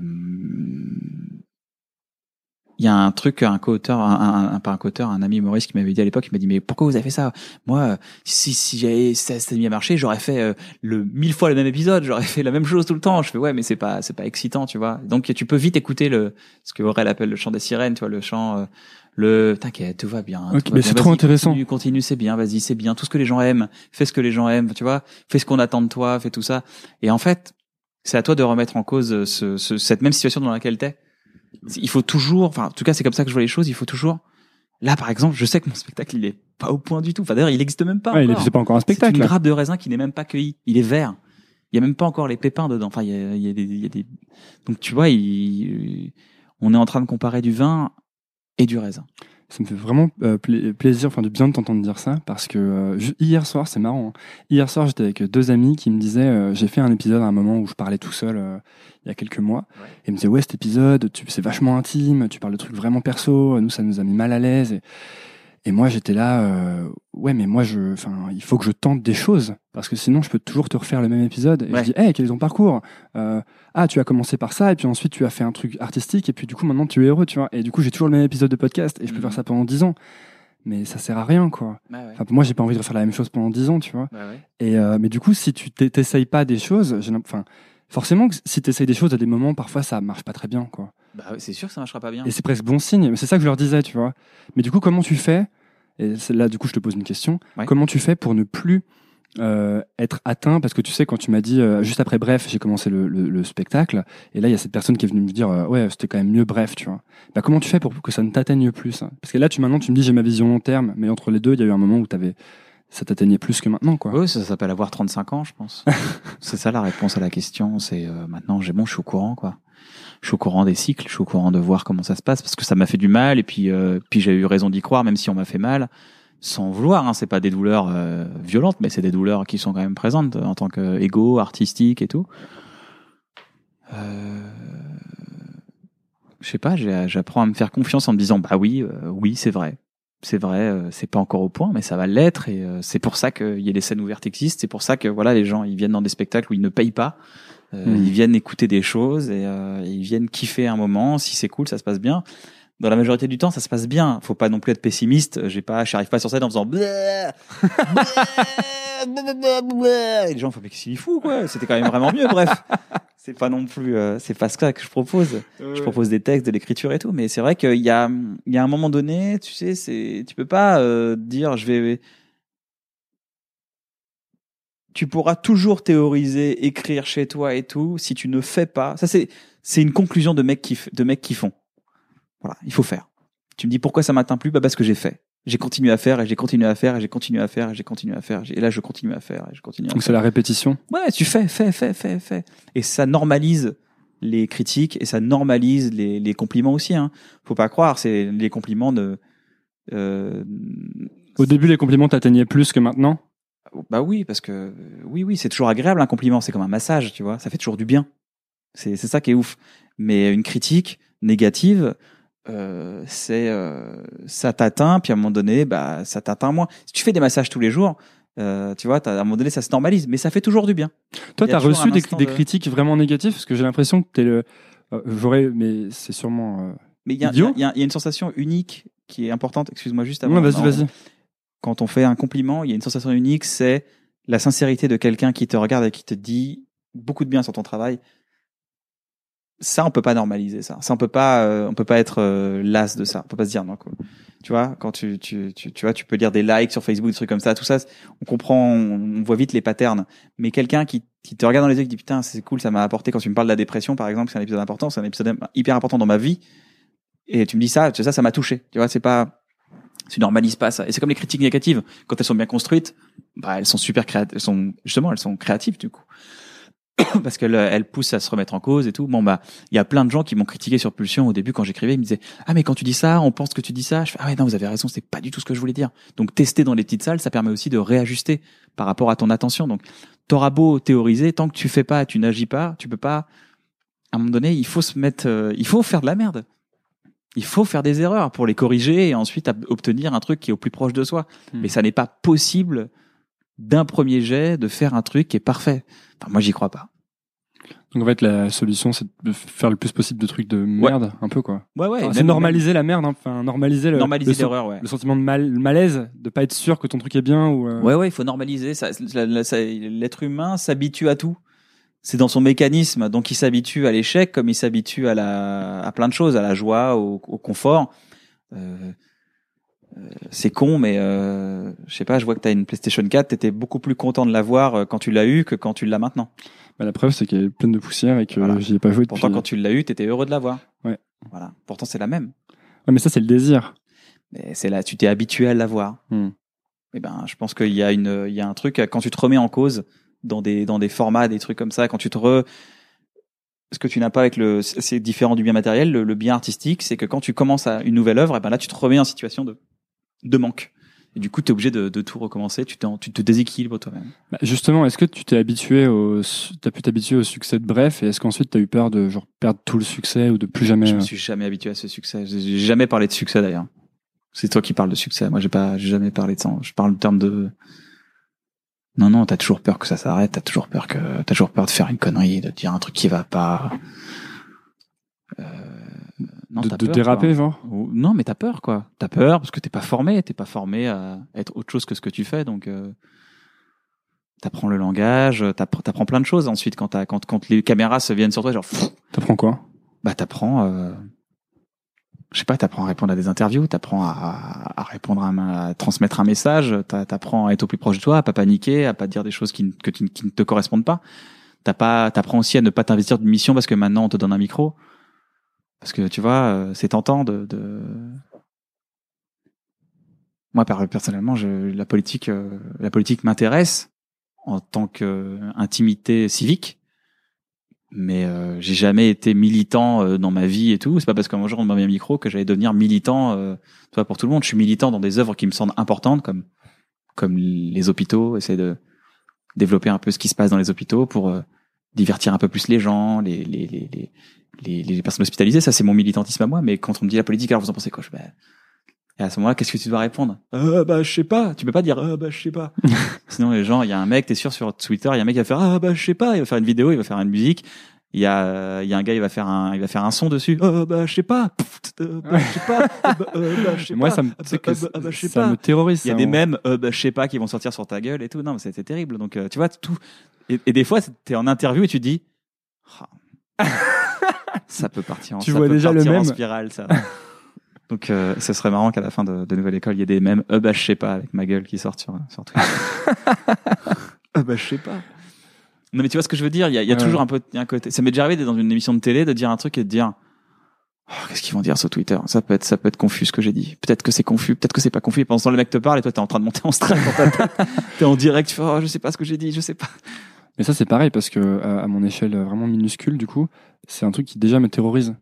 il y a un truc, un co-auteur, un, un, un, pas un co-auteur, un ami humoriste qui m'avait dit à l'époque, il m'a dit, mais pourquoi vous avez fait ça? Moi, si, si j'avais, ça s'était mis à marcher, j'aurais fait euh, le mille fois le même épisode, j'aurais fait la même chose tout le temps. Je fais, ouais, mais c'est pas, c'est pas excitant, tu vois. Donc, tu peux vite écouter le, ce que Aurel appelle le chant des sirènes, tu vois, le chant, euh, le, t'inquiète, tout va bien. Okay, tout va mais bien, c'est trop intéressant. Continue, continue, c'est bien, vas-y, c'est bien. Tout ce que les gens aiment, fais ce que les gens aiment, tu vois. Fais ce qu'on attend de toi, fais tout ça. Et en fait, c'est à toi de remettre en cause ce, ce, cette même situation dans laquelle t'es. Il faut toujours, enfin, en tout cas, c'est comme ça que je vois les choses. Il faut toujours. Là, par exemple, je sais que mon spectacle, il est pas au point du tout. Enfin, d'ailleurs, il existe même pas. Ouais, encore. il est, c'est pas encore un spectacle. C'est une grappe de raisin qui n'est même pas cueillie. Il est vert. Il y a même pas encore les pépins dedans. Enfin, il y a, il y a des, il y a des. Donc, tu vois, il, on est en train de comparer du vin et du raisin. Ça me fait vraiment euh, pla- plaisir, enfin, de bien de t'entendre dire ça, parce que euh, je, hier soir, c'est marrant. Hein. Hier soir, j'étais avec deux amis qui me disaient, euh, j'ai fait un épisode à un moment où je parlais tout seul euh, il y a quelques mois, ouais. Et ils me disaient, ouais, cet épisode, tu, c'est vachement intime, tu parles de trucs vraiment perso, nous, ça nous a mis mal à l'aise. Et, et moi, j'étais là, euh, ouais, mais moi, je, enfin, il faut que je tente des choses, parce que sinon, je peux toujours te refaire le même épisode. Et ouais. Je dis, hey, quel est ton parcours? euh, Ah, tu as commencé par ça, et puis ensuite, tu as fait un truc artistique, et puis du coup, maintenant, tu es heureux, tu vois. Et du coup, j'ai toujours le même épisode de podcast, et je peux mmh. faire ça pendant dix ans. Mais ça sert à rien, quoi. Bah ouais. Enfin, moi, j'ai pas envie de refaire la même chose pendant dix ans, tu vois. Bah ouais. Et euh, mais du coup, si tu t'essayes pas des choses, j'ai, enfin, forcément, si t'essayes des choses à des moments, parfois, ça marche pas très bien, quoi. Bah ouais, c'est sûr que ça marchera pas bien. Et c'est presque bon signe. Mais c'est ça que je leur disais, tu vois. Mais du coup, comment tu fais? Et c'est là, du coup, je te pose une question. Ouais. Comment tu fais pour ne plus euh, être atteint? Parce que tu sais, quand tu m'as dit euh, juste après Bref, j'ai commencé le, le, le spectacle, et là, il y a cette personne qui est venue me dire, euh, ouais, c'était quand même mieux Bref, tu vois. Bah, comment tu fais pour que ça ne t'atteigne plus? Parce que là, tu maintenant, tu me dis, j'ai ma vision long terme, mais entre les deux, il y a eu un moment où t'avais, ça t'atteignait plus que maintenant, quoi. Oui, ça s'appelle avoir trente-cinq ans, je pense. C'est ça la réponse à la question. C'est euh, maintenant, j'ai bon, je suis au courant, quoi. Je suis au courant des cycles, je suis au courant de voir comment ça se passe, parce que ça m'a fait du mal, et puis, euh, puis j'ai eu raison d'y croire, même si on m'a fait mal. Sans vouloir, hein, c'est pas des douleurs euh, violentes, mais c'est des douleurs qui sont quand même présentes en tant qu'ego, artistique et tout. Euh... Je sais pas, j'apprends à me faire confiance en me disant bah oui, euh, oui c'est vrai, c'est vrai, euh, c'est pas encore au point, mais ça va l'être et euh, c'est pour ça qu'il y a les scènes ouvertes existent, c'est pour ça que voilà les gens ils viennent dans des spectacles où ils ne payent pas, euh, mmh. ils viennent écouter des choses et euh, ils viennent kiffer un moment, si c'est cool, ça se passe bien. Dans la majorité du temps, ça se passe bien. Faut pas non plus être pessimiste. J'ai pas, j'arrive pas sur scène en faisant bleh, bleh, bleh, bleh. Et les gens font mais qu'est-ce qu'il est fou quoi. C'était quand même vraiment mieux. Bref, c'est pas non plus, euh, c'est pas ça que je propose. Ouais. Je propose des textes, de l'écriture et tout. Mais c'est vrai qu'il y a, il y a un moment donné, tu sais, c'est, tu peux pas euh, dire je vais. Tu pourras toujours théoriser, écrire chez toi et tout. Si tu ne fais pas, ça c'est, c'est une conclusion de mecs qui, de mecs qui font. Voilà, il faut faire. Tu me dis pourquoi ça m'atteint plus? Bah parce que j'ai fait. J'ai continué à faire et j'ai continué à faire et j'ai continué à faire et j'ai continué à faire et là je continue à faire et je continue à Donc faire. C'est la répétition. Ouais, tu fais, fais, fais, fais, fais. Et ça normalise les critiques et ça normalise les, les compliments aussi. Hein. Faut pas croire, c'est les compliments ne. Euh, Au début, les compliments t'atteignaient plus que maintenant? Bah oui, parce que oui, oui, c'est toujours agréable un compliment. C'est comme un massage, tu vois. Ça fait toujours du bien. C'est, c'est ça qui est ouf. Mais une critique négative, euh, c'est, euh, ça t'atteint, puis à un moment donné, bah, ça t'atteint moins. Si tu fais des massages tous les jours, euh, tu vois, à un moment donné, ça se normalise, mais ça fait toujours du bien. Toi, Il y a t'as toujours reçu un des, instant des de- critiques vraiment négatives? Parce que j'ai l'impression que t'es le, euh, j'aurais, mais c'est sûrement, euh, Mais il y a, il y, Idiot. a, il y a- il y a une sensation unique qui est importante. Excuse-moi juste avant. non, vas-y, non, vas-y. Quand on fait un compliment, il y a une sensation unique, c'est la sincérité de quelqu'un qui te regarde et qui te dit beaucoup de bien sur ton travail. Ça, on peut pas normaliser ça. Ça, on peut pas, euh, on peut pas être euh, las de ça. On peut pas se dire non. Quoi. Tu vois, quand tu, tu, tu, tu vois, tu peux lire des likes sur Facebook, des trucs comme ça, tout ça, on comprend, on, on voit vite les patterns. Mais quelqu'un qui, qui te regarde dans les yeux, qui dit putain, c'est cool, ça m'a apporté. Quand tu me parles de la dépression, par exemple, c'est un épisode important, c'est un épisode hyper important dans ma vie. Et tu me dis ça, ça, ça m'a touché. Tu vois, c'est pas, tu normalises pas ça. Et c'est comme les critiques négatives. Quand elles sont bien construites, bah, elles sont super créatives. Elles sont, justement, elles sont créatives, du coup. Parce qu'elles elles poussent à se remettre en cause et tout. Bon, bah, il y a plein de gens qui m'ont critiqué sur Pulsion au début quand j'écrivais. Ils me disaient, ah, mais quand tu dis ça, on pense que tu dis ça. Je fais, ah ouais, non, vous avez raison, c'est pas du tout ce que je voulais dire. Donc, tester dans les petites salles, ça permet aussi de réajuster par rapport à ton attention. Donc, t'auras beau théoriser, tant que tu fais pas, tu n'agis pas, tu peux pas, à un moment donné, il faut se mettre, euh, il faut faire de la merde. Il faut faire des erreurs pour les corriger et ensuite ab- obtenir un truc qui est au plus proche de soi. Hmm. Mais ça n'est pas possible d'un premier jet de faire un truc qui est parfait. Enfin, moi, j'y crois pas. Donc en fait, la solution, c'est de faire le plus possible de trucs de merde, un peu quoi. Ouais, ouais. Enfin, même- c'est normaliser la merde, hein. Enfin normaliser le, normaliser le, sen- l'erreur, ouais. le sentiment de mal, malaise, de pas être sûr que ton truc est bien ou. euh, Ouais, ouais, il faut normaliser. Ça, la- la- ça- l'être humain s'habitue à tout. C'est dans son mécanisme, donc il s'habitue à l'échec comme il s'habitue à la, à plein de choses, à la joie, au, au confort. Euh, euh, c'est con, mais euh, je sais pas. Je vois que t'as une PlayStation quatre. T'étais beaucoup plus content de l'avoir euh, quand tu l'as eu que quand tu l'as maintenant. Bah, la preuve, c'est qu'elle est pleine de poussière et que Voilà. j'y ai pas joué depuis. Pourtant, quand tu l'as eu, t'étais heureux de l'avoir. Ouais. Voilà. Pourtant, c'est la même. Ouais, mais ça, c'est le désir. Mais c'est là, tu t'es habitué à l'avoir. Hmm. Eh ben, je pense qu'il y a une, il y a un truc quand tu te remets en cause dans des, dans des formats, des trucs comme ça, quand tu te re, ce que tu n'as pas avec le, c'est différent du bien matériel, le, le bien artistique, c'est que quand tu commences à une nouvelle œuvre, eh ben là, tu te remets en situation de, de manque. Et du coup, tu es obligé de, de tout recommencer, tu, t'en, tu te déséquilibres toi-même. Bah, justement, est-ce que tu t'es habitué au, t'as pu t'habituer au succès de Bref, et est-ce qu'ensuite t'as eu peur de genre perdre tout le succès ou de plus jamais. Je euh, me suis jamais habitué à ce succès. J'ai j'ai jamais parlé de succès d'ailleurs. C'est toi qui parles de succès. Moi, j'ai pas, j'ai jamais parlé de ça. Je parle en termes de. Non, non, t'as toujours peur que ça s'arrête. T'as toujours peur que, t'as toujours peur de faire une connerie, de dire un truc qui va pas. Euh... Non, de, t'as de peur, déraper, quoi. genre. Ou- Non, mais t'as peur, quoi. T'as peur parce que t'es pas formé. T'es pas formé à être autre chose que ce que tu fais, donc. Euh... T'apprends le langage, t'appr- t'apprends plein de choses ensuite quand t'as, quand, quand les caméras se viennent sur toi, genre. Pff, T'apprends quoi? bah t'apprends. Euh... Je sais pas, t'apprends à répondre à des interviews, t'apprends à, à, à répondre à, un- à transmettre un message, t'a- t'apprends à être au plus proche de toi, à pas paniquer, à pas dire des choses qui, ne- que tu- qui ne te correspondent pas. T'as pas, t'apprends aussi à ne pas t'investir d'une mission parce que maintenant on te donne un micro. Parce que tu vois, euh, c'est tentant de, de... Moi, par- personnellement, je, la politique, euh, la politique m'intéresse en tant qu'intimité civique. Mais euh, j'ai jamais été militant euh, dans ma vie et tout. C'est pas parce qu'un jour on m'a mis un micro que j'allais devenir militant. Euh, tu vois, pour tout le monde, je suis militant dans des œuvres qui me semblent importantes, comme comme les hôpitaux. Essayer de développer un peu ce qui se passe dans les hôpitaux pour euh, divertir un peu plus les gens, les les les les les, les personnes hospitalisées. Ça, c'est mon militantisme à moi. Mais quand on me dit la politique, alors vous en pensez quoi? Je, bah, et à ce moment-là, qu'est-ce que tu dois répondre? Euh, bah, je sais pas. Tu peux pas dire, euh, bah, je sais pas. Sinon, les gens, il y a un mec, t'es sûr, sur Twitter, il y a un mec qui va faire, ah, bah, je sais pas. Il va faire une vidéo, il va faire une musique. Il y a, il y a un gars, il va faire un, il va faire un son dessus. Euh, bah, je sais pas. Euh, bah, je sais pas. Euh, bah, euh, bah, je sais Moi, pas. ça me, Euh, tu sais que bah, euh, bah, je sais ça pas. me terrorise. Il y a ça, des en- mèmes, euh, bah, je sais pas, qui vont sortir sur ta gueule et tout. Non, mais c'était terrible. Donc, euh, tu vois, tout. Et, et des fois, t'es en interview et tu te dis, ah, ça peut partir en, Tu ça vois peut déjà le partir en mème. spirale, ça. Donc, euh, ce serait marrant qu'à la fin de, de Nouvelle École, il y ait des mèmes, euh, bah, je sais pas, avec ma gueule qui sortent sur, sur Twitter. euh, bah, je sais pas. Non, mais tu vois ce que je veux dire? Il y a, il y a Ouais. toujours un peu, il y a un côté. Ça m'est déjà arrivé d'être dans une émission de télé, de dire un truc et de dire, oh, qu'est-ce qu'ils vont dire sur Twitter? Ça peut être, ça peut être confus ce que j'ai dit. Peut-être que c'est confus, peut-être que c'est pas confus. Et pendant ce temps, le mec te parle et toi, t'es en train de monter en stress dans ta tête. T'es en direct, tu fais, oh, je sais pas ce que j'ai dit, je sais pas. Mais ça, c'est pareil parce que à, à mon échelle vraiment minuscule, du coup, c'est un truc qui déjà me terrorise.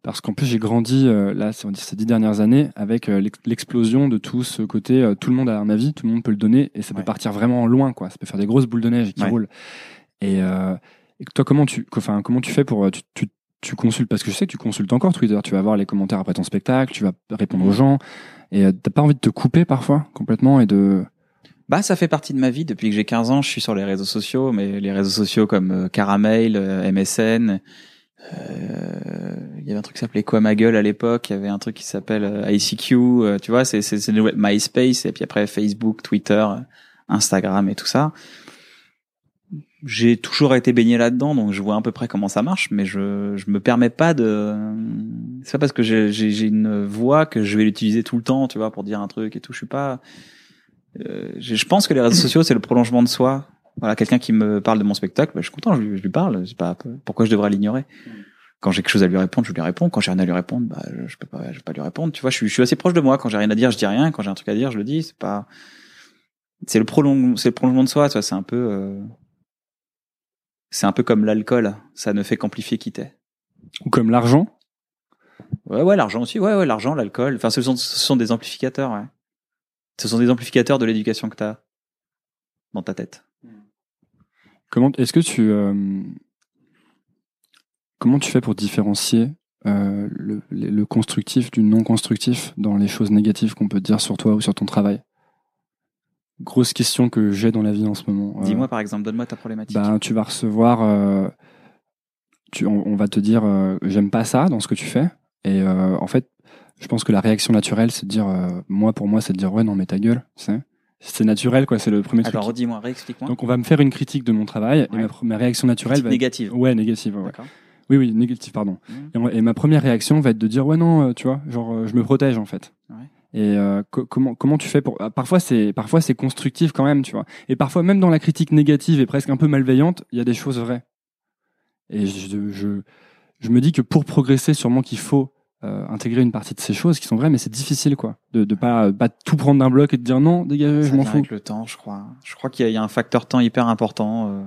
Parce qu'en plus, j'ai grandi, euh, là, ces ces dix dernières années, avec euh, l'ex- l'explosion de tout ce côté, euh, tout le monde a un avis, tout le monde peut le donner, et ça peut Ouais. partir vraiment loin, quoi. Ça peut faire des grosses boules de neige qui Ouais. roulent. Et, euh, et toi, comment tu, enfin, comment tu fais pour, euh, tu, tu, tu consultes, parce que je sais que tu consultes encore Twitter, tu vas voir les commentaires après ton spectacle, tu vas répondre aux gens, et euh, t'as pas envie de te couper parfois, complètement, et de... Bah, ça fait partie de ma vie. Depuis que j'ai quinze ans, je suis sur les réseaux sociaux, mais les réseaux sociaux comme euh, Caramel, euh, M S N. Euh, il y avait un truc qui s'appelait Quoi ma gueule à l'époque. Il y avait un truc qui s'appelle euh, I C Q. Euh, tu vois, c'est c'est c'est le web- MySpace et puis après Facebook, Twitter, euh, Instagram et tout ça. J'ai toujours été baigné là-dedans, donc je vois à peu près comment ça marche, mais je je me permets pas de. C'est pas parce que j'ai j'ai j'ai une voix que je vais l'utiliser tout le temps, tu vois, pour dire un truc et tout. Je suis pas. Euh, je je pense que les réseaux sociaux c'est le prolongement de soi. Voilà, quelqu'un qui me parle de mon spectacle, bah, je suis content, je lui, je lui parle. C'est pas pourquoi je devrais l'ignorer. Quand j'ai quelque chose à lui répondre, je lui réponds. Quand j'ai rien à lui répondre, bah je, je peux pas, je peux pas lui répondre. Tu vois, je suis, je suis assez proche de moi. Quand j'ai rien à dire, je dis rien. Quand j'ai un truc à dire, je le dis. C'est pas, c'est le prolong, c'est le prolongement de soi. Tu vois, c'est un peu, euh... c'est un peu comme l'alcool. Ça ne fait qu'amplifier qui t'es. Ou comme l'argent. Ouais, ouais, l'argent aussi. Ouais, ouais, l'argent, l'alcool. Enfin, ce sont, ce sont des amplificateurs. Ouais. Ce sont des amplificateurs de l'éducation que t'as dans ta tête. Comment, est-ce que tu, euh, comment tu fais pour différencier euh, le, le, le constructif du non constructif dans les choses négatives qu'on peut te dire sur toi ou sur ton travail? Grosse question que j'ai dans la vie en ce moment. Dis-moi Euh, par exemple, donne-moi ta problématique. bah, tu vas recevoir, euh, tu, on, on va te dire, euh, j'aime pas ça dans ce que tu fais. Et euh, en fait, je pense que la réaction naturelle, c'est de dire, euh, moi pour moi, c'est de dire, ouais, non, mais ta gueule, tu sais. C'est naturel, quoi. C'est le premier truc. Alors redis-moi, réexplique-moi. Donc on va me faire une critique de mon travail et Ouais. ma, ma réaction naturelle Critique va négative. être... Ouais, négative. Ouais. D'accord. Oui, oui, négative, pardon. Mmh. Et, on- et ma première réaction va être de dire, ouais, non, euh, tu vois, genre, euh, je me protège en fait. Ouais. Et euh, co- comment comment tu fais pour... ah, Parfois c'est parfois c'est constructif quand même, tu vois. Et parfois même dans la critique négative et presque un peu malveillante, il y a des choses vraies. Et je je je me dis que pour progresser, sûrement qu'il faut euh, intégrer une partie de ces choses qui sont vraies, mais c'est difficile, quoi, de de pas pas tout prendre d'un bloc et de dire non, dégagez, Ça je m'en vient fous. avec le temps, je crois. Je crois qu'il y a, il y a un facteur temps hyper important. Euh...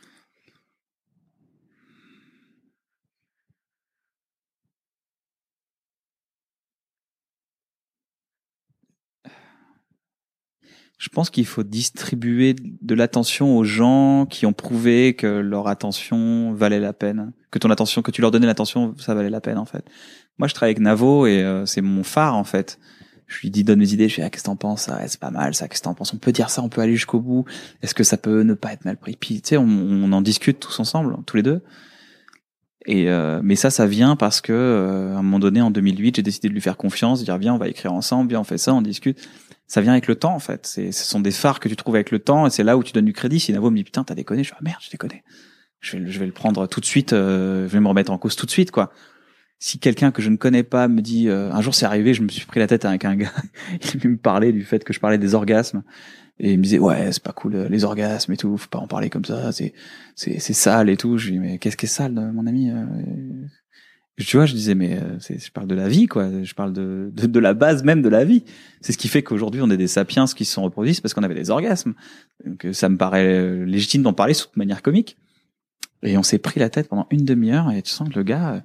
Je pense qu'il faut distribuer de l'attention aux gens qui ont prouvé que leur attention valait la peine, que ton attention, que tu leur donnais l'attention, ça valait la peine en fait. Moi, je travaille avec Navo et euh, c'est mon phare en fait. Je lui dis donne mes idées, je lui dis ah, qu'est-ce que t'en penses, ça, ouais, c'est pas mal, ça, qu'est-ce que t'en penses, on peut dire ça, on peut aller jusqu'au bout. Est-ce que ça peut ne pas être mal pris? Puis tu sais, on, on en discute tous ensemble, tous les deux. Et euh, mais ça, ça vient parce que euh, à un moment donné, en deux mille huit, j'ai décidé de lui faire confiance, de dire viens, on va écrire ensemble, viens, on fait ça, on discute. Ça vient avec le temps, en fait. C'est, ce sont des phares que tu trouves avec le temps, et c'est là où tu donnes du crédit. Si Navo me dit putain, t'as déconné, je dis ah merde, j'ai déconné. Je vais, je vais le prendre tout de suite. Euh, je vais me remettre en cause tout de suite, quoi. Si quelqu'un que je ne connais pas me dit, euh, un jour c'est arrivé, je me suis pris la tête avec un gars, il me parlait du fait que je parlais des orgasmes. Et il me disait ouais c'est pas cool les orgasmes et tout, faut pas en parler comme ça, c'est c'est c'est sale et tout. Je lui dis mais qu'est-ce qui est sale mon ami? Tu vois, je disais mais c'est, je parle de la vie quoi, je parle de, de de la base même de la vie. C'est ce qui fait qu'aujourd'hui on est des sapiens qui se sont reproduits, c'est parce qu'on avait des orgasmes. Donc ça me paraît légitime d'en parler de manière comique. Et on s'est pris la tête pendant une demi-heure et tu sens que le gars,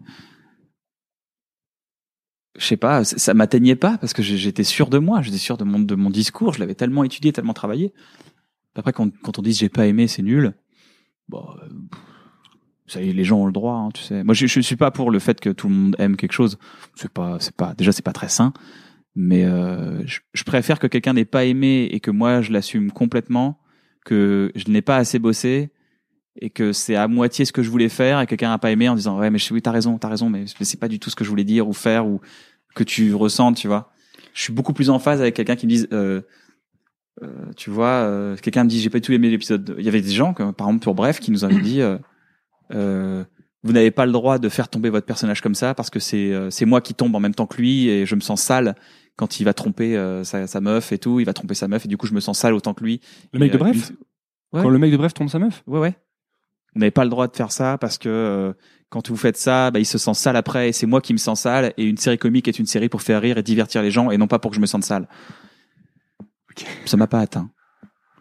je sais pas, ça m'atteignait pas parce que j'étais sûr de moi, j'étais sûr de mon de mon discours, je l'avais tellement étudié, tellement travaillé. Après quand quand on dit j'ai pas aimé, c'est nul. Bon, euh, ça y est, les gens ont le droit, hein, tu sais. Moi je je suis pas pour le fait que tout le monde aime quelque chose. C'est pas c'est pas déjà c'est pas très sain, mais euh, je, je préfère que quelqu'un n'ait pas aimé et que moi je l'assume complètement, que je n'ai pas assez bossé et que c'est à moitié ce que je voulais faire et quelqu'un n'a pas aimé en disant ouais mais je, oui t'as raison t'as raison mais c'est pas du tout ce que je voulais dire ou faire ou que tu ressentes, tu vois. Je suis beaucoup plus en phase avec quelqu'un qui me dise euh, euh, tu vois euh, quelqu'un me dit j'ai pas du tout aimé l'épisode. Il y avait des gens comme par exemple pour Bref qui nous avaient dit euh, euh, vous n'avez pas le droit de faire tomber votre personnage comme ça parce que c'est euh, c'est moi qui tombe en même temps que lui et je me sens sale quand il va tromper euh, sa, sa meuf et tout, il va tromper sa meuf et du coup je me sens sale autant que lui. Le mec et, de euh, Bref ouais. Quand le mec de Bref trompe sa meuf? Ouais ouais. Vous n'avez pas le droit de faire ça parce que euh, quand vous faites ça, bah, il se sent sale après et c'est moi qui me sens sale et une série comique est une série pour faire rire et divertir les gens et non pas pour que je me sente sale. Okay. Ça m'a pas atteint.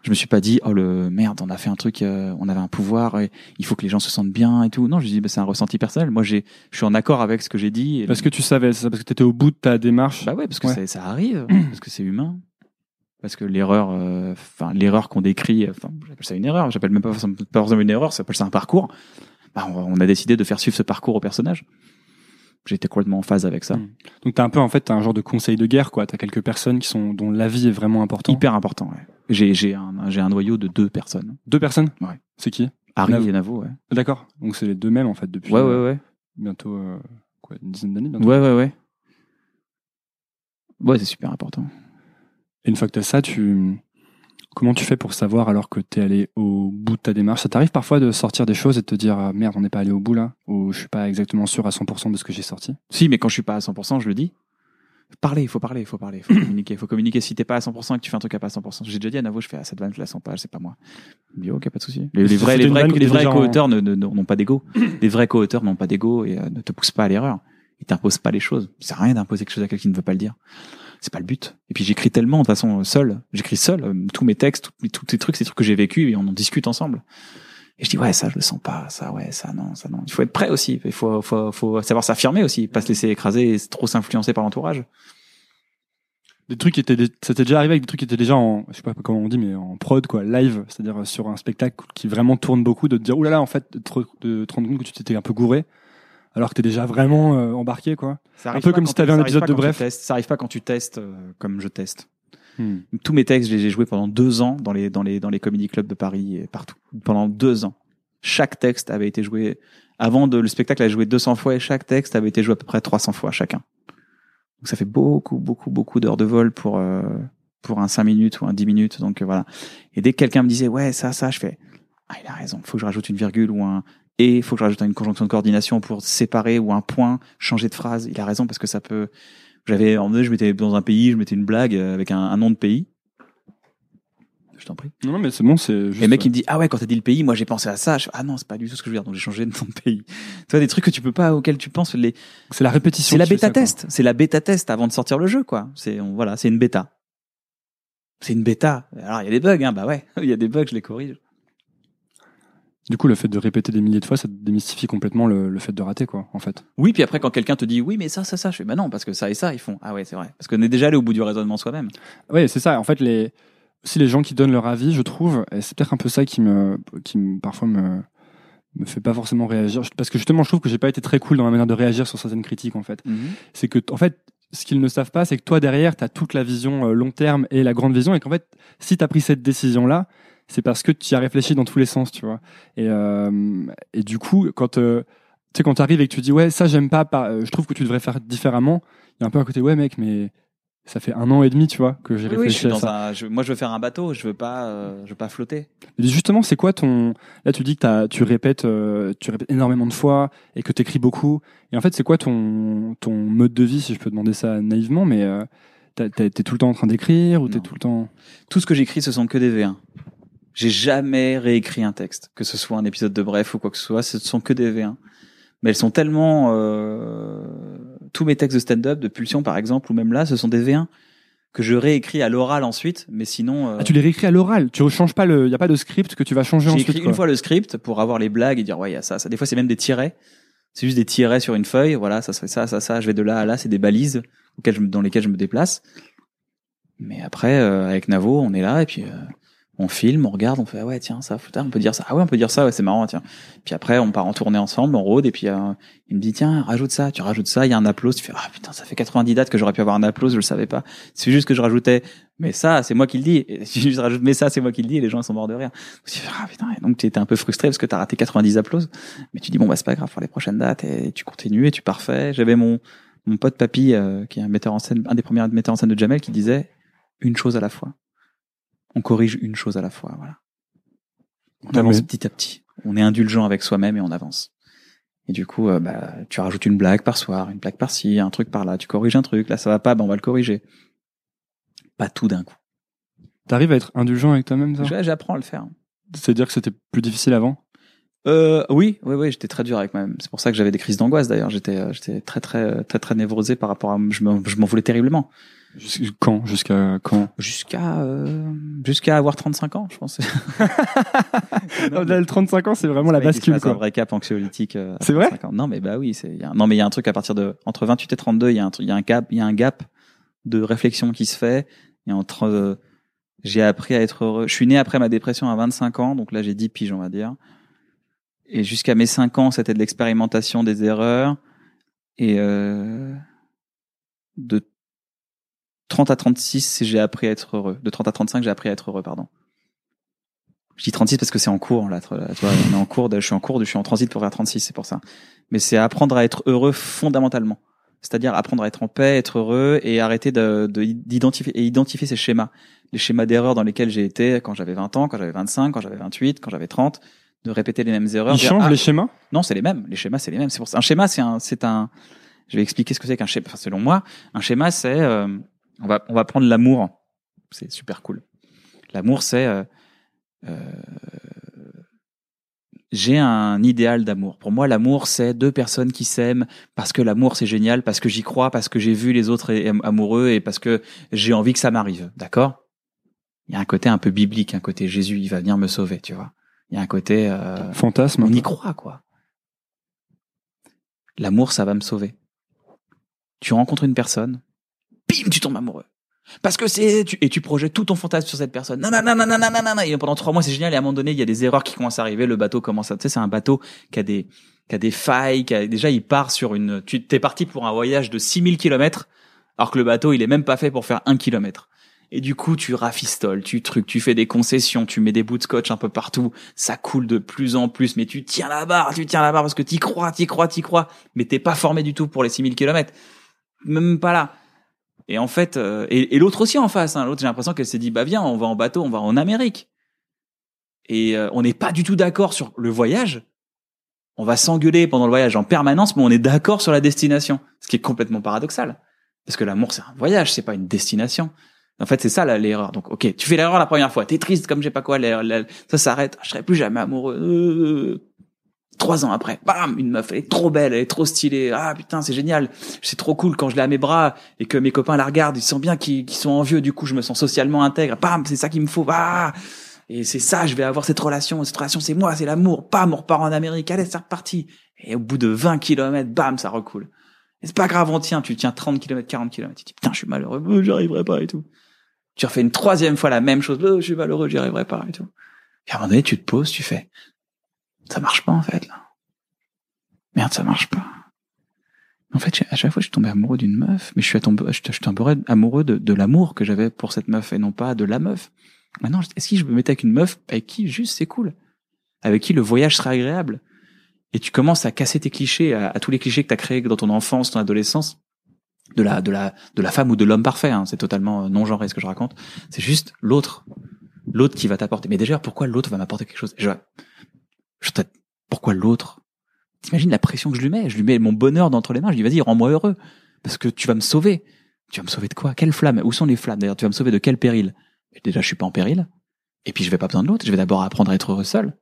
Je me suis pas dit, oh le merde, on a fait un truc, euh, on avait un pouvoir, et il faut que les gens se sentent bien et tout. Non, je dis, bah, c'est un ressenti personnel. Moi, j'ai, je suis en accord avec ce que j'ai dit. Et parce que tu savais, c'est ça, parce que t'étais au bout de ta démarche. Bah ouais, parce que Ouais. c'est- ça arrive, parce que c'est humain. Parce que l'erreur, enfin, euh, l'erreur qu'on décrit, enfin, j'appelle ça une erreur, j'appelle même pas, pas forcément une erreur, ça s'appelle ça un parcours. Bah, on, on a décidé de faire suivre ce parcours au personnage. J'étais complètement en phase avec ça. Mmh. Donc t'as un peu, en fait, t'as un genre de conseil de guerre, quoi. T'as quelques personnes qui sont, dont l'avis est vraiment important. Hyper important, ouais. J'ai, j'ai un, j'ai un noyau de deux personnes. Deux personnes? Ouais. C'est qui? Harry Navo. et Navo, ouais. D'accord. Donc c'est les deux mêmes, en fait, depuis. Ouais, ouais, euh, ouais. bientôt, euh, quoi, une dizaine d'années, bientôt. Ouais, ouais, ouais. Ouais, c'est super important. Et une fois que t'as ça, tu, comment tu fais pour savoir alors que t'es allé au bout de ta démarche? Ça t'arrive parfois de sortir des choses et de te dire, ah, merde, on n'est pas allé au bout là? Ou je suis pas exactement sûr à cent pour cent de ce que j'ai sorti? Si, mais quand je suis pas à cent pour cent, je le dis. Parler, il faut parler, il faut parler, il faut communiquer, il faut communiquer. Si t'es pas à cent pour cent et que tu fais un truc à pas à cent pour cent, j'ai déjà dit à Navo, je fais, ah, cette vanne, je la sens pas, c'est pas moi. Il me dit, ok, pas de souci. Les, les vrais, C'était les une vrais, vanne qui les était vrais déjà en- co-auteurs ne, ne- n'ont pas d'ego. Les vrais co-auteurs n'ont pas d'ego et euh, ne te poussent pas à l'erreur. Ils t'imposent pas les choses. Ça sert à rien d'imposer quelque chose à quelqu'un qui ne veut pas le dire. C'est pas le but. Et puis j'écris tellement, de toute façon, seul. J'écris seul, euh, tous mes textes, tous, tous ces trucs, ces trucs que j'ai vécu et on en discute ensemble. Et je dis, ouais, ça, je le sens pas, ça, ouais, ça, non, ça, non. Il faut être prêt aussi. Il faut, faut, faut savoir s'affirmer aussi, pas se laisser écraser et trop s'influencer par l'entourage. Des trucs qui étaient, dé- ça t'est déjà arrivé avec des trucs qui étaient déjà en, je sais pas comment on dit, mais en prod, quoi, live, c'est-à-dire sur un spectacle qui vraiment tourne beaucoup, de te dire, oulala, en fait, de te, re- de te rendre compte que tu t'étais un peu gouré, alors que t'es déjà vraiment euh, embarqué, quoi. Ça Un arrive peu pas comme quand si t'avais tu- un ça arrive épisode pas de quand tu Bref. testes. Ça arrive pas quand tu testes euh, comme je teste. Hmm. Tous mes textes, je les ai joués pendant deux ans dans les dans les dans les comedy clubs de Paris et partout. Pendant deux ans, chaque texte avait été joué. Avant de le spectacle avait joué deux cents fois et chaque texte avait été joué à peu près trois cents fois chacun. Donc ça fait beaucoup beaucoup beaucoup d'heures de vol pour euh, pour un cinq minutes ou un dix minutes. Donc euh, voilà. Et dès que quelqu'un me disait ouais ça ça, je fais ah il a raison. Faut que je rajoute une virgule ou un et faut que je rajoute une conjonction de coordination pour séparer ou un point, changer de phrase. Il a raison parce que ça peut. J'avais en je mettais dans un pays, je mettais une blague avec un, un nom de pays. Je t'en prie. Non, non, mais c'est bon, c'est juste. Et le mec il me dit ah ouais quand t'as dit le pays, moi j'ai pensé à ça. Je fais, ah non c'est pas du tout ce que je veux dire donc j'ai changé de nom de pays. Tu vois des trucs que tu peux pas auxquels tu penses les. C'est la répétition. C'est la qui fait bêta ça, quoi. test. C'est la bêta test avant de sortir le jeu quoi. C'est on, voilà c'est une bêta. C'est une bêta. Alors il y a des bugs hein bah ouais il y a des bugs je les corrige. Du coup, le fait de répéter des milliers de fois, ça démystifie complètement le, le fait de rater, quoi, en fait. Oui puis après quand quelqu'un te dit oui mais ça ça ça je fais bah non parce que ça et ça ils font ah ouais c'est vrai parce qu'on est déjà allé au bout du raisonnement soi-même. Ouais, c'est ça. En fait, les, aussi les gens qui donnent leur avis, je trouve, et c'est peut-être un peu ça qui me, qui me, parfois me, me fait pas forcément réagir. Parce que justement, je trouve que j'ai pas été très cool dans ma manière de réagir sur certaines critiques, en fait. Mm-hmm. C'est que, en fait, ce qu'ils ne savent pas, c'est que toi, derrière, t'as toute la vision euh, long terme et la grande vision, et qu'en fait, si t'as pris cette décision-là, c'est parce que tu y as réfléchi dans tous les sens, tu vois. Et, euh, et du coup, quand, euh, tu sais, quand t'arrives et que tu dis, ouais, ça, j'aime pas, par- euh, je trouve que tu devrais faire différemment, il y a un peu à côté, ouais, mec, mais ça fait un an et demi, tu vois, que j'ai Oui, oui, je réfléchi suis à dans ça. un, je- moi je veux faire un bateau je veux pas euh, je veux pas flotter. Et justement, c'est quoi ton, là, tu dis que t'as, tu répètes, euh, tu répètes énormément de fois et que t'écris beaucoup. Et en fait, c'est quoi ton, ton mode de vie, si je peux demander ça naïvement, mais, euh, t'as- t'es t'es tout le temps en train d'écrire ou t'es Non. tout le temps... Tout ce que j'écris ce sont que des V un. J'ai jamais réécrit un texte, que ce soit un épisode de Bref ou quoi que ce soit, ce sont que des V un. Mais elles sont tellement euh... tous mes textes de stand-up, de Pulsion par exemple, ou même là, ce sont des V un que je réécris à l'oral ensuite, mais sinon euh... Ah, tu les réécris à l'oral, tu rechanges pas le, y a pas de script que tu vas changer j'ai ensuite, écrit quoi. une fois le script pour avoir les blagues et dire ouais, il y a ça, ça. Des fois c'est même des tirets. C'est juste des tirets sur une feuille, voilà, ça serait ça, ça, ça, je vais de là à là, c'est des balises auxquelles je me, dans lesquelles je me déplace. Mais après, euh, avec Navo, on est là et puis euh, on filme, on regarde, on fait ah ouais tiens ça, putain, on peut dire ça, ah ouais on peut dire ça, ouais c'est marrant tiens. Puis après on part en tournée ensemble, on rôde et puis euh, il me dit tiens rajoute ça, tu rajoutes ça, il y a un applause, tu fais ah putain ça fait quatre-vingt-dix dates que j'aurais pu avoir un applause, je le savais pas. C'est juste que je rajoutais mais ça c'est moi qui le dis. Et si je rajoute mais ça c'est moi qui le dis et les gens ils sont morts de rire. Donc, tu fais, ah putain et donc tu étais un peu frustré parce que t'as raté quatre-vingt-dix applauses, mais tu dis bon bah c'est pas grave pour les prochaines dates et tu continues et tu parfais. J'avais mon mon pote Papy euh, qui est un metteur en scène, un des premiers metteurs en scène de Jamel qui disait une chose à la fois. On corrige une chose à la fois, voilà. On Ah, avance mais- petit à petit. On est indulgent avec soi-même et on avance. Et du coup, euh, bah, tu rajoutes une blague par soir, une blague par-ci, un truc par-là. Tu corriges un truc. Là, ça va pas, bah, on va le corriger. Pas tout d'un coup. T'arrives à être indulgent avec toi-même, ça? Je- J'apprends à le faire. C'est-à-dire que c'était plus difficile avant? Euh, oui, oui, oui, j'étais très dur avec moi-même. C'est pour ça que j'avais des crises d'angoisse d'ailleurs. J'étais, euh, j'étais très, très, très, très névrosé par rapport à, je m'en, je m'en voulais terriblement. Jusqu'à quand Jusqu'à quand Jusqu'à euh, jusqu'à avoir trente-cinq ans, je pense. Non, là, le trente-cinq ans, c'est vraiment la bascule, C'est quoi. un vrai cap anxiolytique. Euh, C'est vrai? ans. Non, mais bah oui, c'est. Y a, non, mais il y a un truc à partir de entre vingt-huit et trente-deux, il y a un truc, il y a un gap, il y a un gap de réflexion qui se fait. Et entre, euh, j'ai appris à être heureux. Je suis né après ma dépression à vingt-cinq ans, donc là j'ai dix piges, on va dire. Et jusqu'à mes cinq ans, c'était de l'expérimentation des erreurs. Et euh, de trente à trente-six, j'ai appris à être heureux. De trente à trente-cinq, j'ai appris à être heureux, pardon. Je dis trente-six parce que c'est en cours, là. Tu vois, on est en cours, de, je suis en cours, de, je suis en transit pour faire trente-six, c'est pour ça. Mais c'est apprendre à être heureux fondamentalement. C'est-à-dire apprendre à être en paix, être heureux et arrêter de, de, d'identifier, et identifier ces schémas. Les schémas d'erreur dans lesquels j'ai été quand j'avais vingt ans, quand j'avais vingt-cinq, quand j'avais vingt-huit, quand j'avais trente, de répéter les mêmes erreurs. Ils changent ah, les schémas? Non, c'est les mêmes. Les schémas, c'est les mêmes. C'est pour ça. Un schéma, c'est un, c'est un, je vais expliquer ce que c'est qu'un schéma. Enfin, selon moi, un schéma, c'est, euh, on va, on va prendre l'amour. C'est super cool. L'amour, c'est, euh, euh, j'ai un idéal d'amour. Pour moi, l'amour, c'est deux personnes qui s'aiment parce que l'amour, c'est génial, parce que j'y crois, parce que j'ai vu les autres amoureux et parce que j'ai envie que ça m'arrive. D'accord? Il y a un côté un peu biblique, un côté Jésus, il va venir me sauver, tu vois. Il y a un côté euh, fantasme. On y croit, quoi. L'amour, ça va me sauver. Tu rencontres une personne, bim, tu tombes amoureux. Parce que c'est tu, et tu projettes tout ton fantasme sur cette personne. Non non non non non non non non. Et pendant trois mois, c'est génial. Et à un moment donné, il y a des erreurs qui commencent à arriver. Le bateau commence à, tu sais, c'est un bateau qui a des qui a des failles. Qui a, déjà, il part sur une. Tu t'es parti pour un voyage de six mille kilomètres, alors que le bateau, il est même pas fait pour faire un kilomètre. Et du coup, tu rafistoles, tu trucs, tu fais des concessions, tu mets des bouts de scotch un peu partout. Ça coule de plus en plus, mais tu tiens la barre, tu tiens la barre parce que t'y crois, t'y crois, t'y crois. Mais t'es pas formé du tout pour les six mille kilomètres. Même pas là. Et en fait, euh, et, et l'autre aussi en face, hein, l'autre, j'ai l'impression qu'elle s'est dit, bah viens, on va en bateau, on va en Amérique. Et euh, on n'est pas du tout d'accord sur le voyage. On va s'engueuler pendant le voyage en permanence, mais on est d'accord sur la destination. Ce qui est complètement paradoxal. Parce que l'amour, c'est un voyage, c'est pas une destination. En fait, c'est ça là, l'erreur. Donc, ok, tu fais l'erreur la première fois, t'es triste comme je sais pas quoi, l'erreur, l'erreur, ça s'arrête, je serai plus jamais amoureux. Euh, Trois ans après, bam, une meuf, elle est trop belle, elle est trop stylée. Ah putain, c'est génial, c'est trop cool quand je l'ai à mes bras et que mes copains la regardent, ils sentent bien qu'ils, qu'ils sont envieux. Du coup, je me sens socialement intègre. Bam, c'est ça qu'il me faut. Ah, et c'est ça, je vais avoir cette relation. Cette relation, c'est moi, c'est l'amour. Bam, on repart en Amérique. Allez, c'est reparti. Et au bout de vingt kilomètres, bam, ça recoule. Et c'est pas grave, on tient. Tu tiens trente kilomètres, quarante kilomètres. Tu te dis putain, je suis malheureux, oh, j'y arriverai pas et tout. Tu refais une troisième fois la même chose. Oh, je suis malheureux, j'y arriverai pas et tout. Et à un moment donné, tu te poses, tu fais, ça marche pas en fait là. Merde, ça marche pas. En fait, à chaque fois, je suis tombé amoureux d'une meuf, mais je suis tombé, je suis tombé amoureux de, de l'amour que j'avais pour cette meuf et non pas de la meuf. Maintenant, est-ce que je me mettais avec une meuf avec qui juste c'est cool, avec qui le voyage serait agréable? Et tu commences à casser tes clichés, à, à tous les clichés que t'as créés dans ton enfance, ton adolescence, de la, de la, de la femme ou de l'homme parfait. Hein, c'est totalement non genré ce que je raconte. C'est juste l'autre, l'autre qui va t'apporter. Mais déjà, pourquoi l'autre va m'apporter quelque chose? Je, je pourquoi l'autre? T'imagines la pression que je lui mets? Je lui mets mon bonheur d'entre les mains. Je lui dis, vas-y, rends-moi heureux. Parce que tu vas me sauver. Tu vas me sauver de quoi? Quelle flamme? Où sont les flammes? D'ailleurs, tu vas me sauver de quel péril? Et déjà, je suis pas en péril. Et puis, je vais pas besoin de l'autre. Je vais d'abord apprendre à être heureux seul.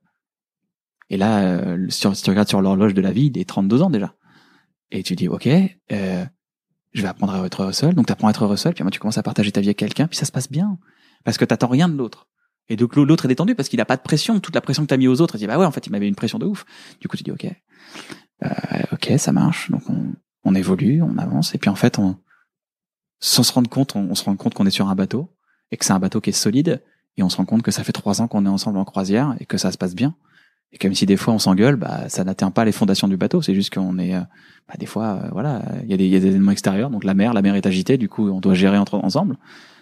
Et là, euh, si, tu, si tu regardes sur l'horloge de la vie, il est trente-deux ans déjà. Et tu dis, ok, euh, je vais apprendre à être heureux seul. Donc, t'apprends à être heureux seul. Puis, moi, tu commences à partager ta vie avec quelqu'un. Puis, ça se passe bien. Parce que t'attends rien de l'autre. Et donc, l'autre est détendu parce qu'il a pas de pression. Toute la pression que t'as mis aux autres, il dit, bah ouais, en fait, il m'avait une pression de ouf. Du coup, tu dis, ok. Euh, ok, ça marche. Donc on, on évolue, on avance, et puis en fait, on, sans se rendre compte, on, on se rend compte qu'on est sur un bateau et que c'est un bateau qui est solide, et on se rend compte que ça fait trois ans qu'on est ensemble en croisière et que ça se passe bien, et que même si des fois on s'engueule, bah ça n'atteint pas les fondations du bateau. C'est juste qu'on est, euh, bah des fois, euh, voilà, il y a des, il y a des éléments extérieurs, donc la mer, la mer est agitée, du coup on doit gérer entre ensemble,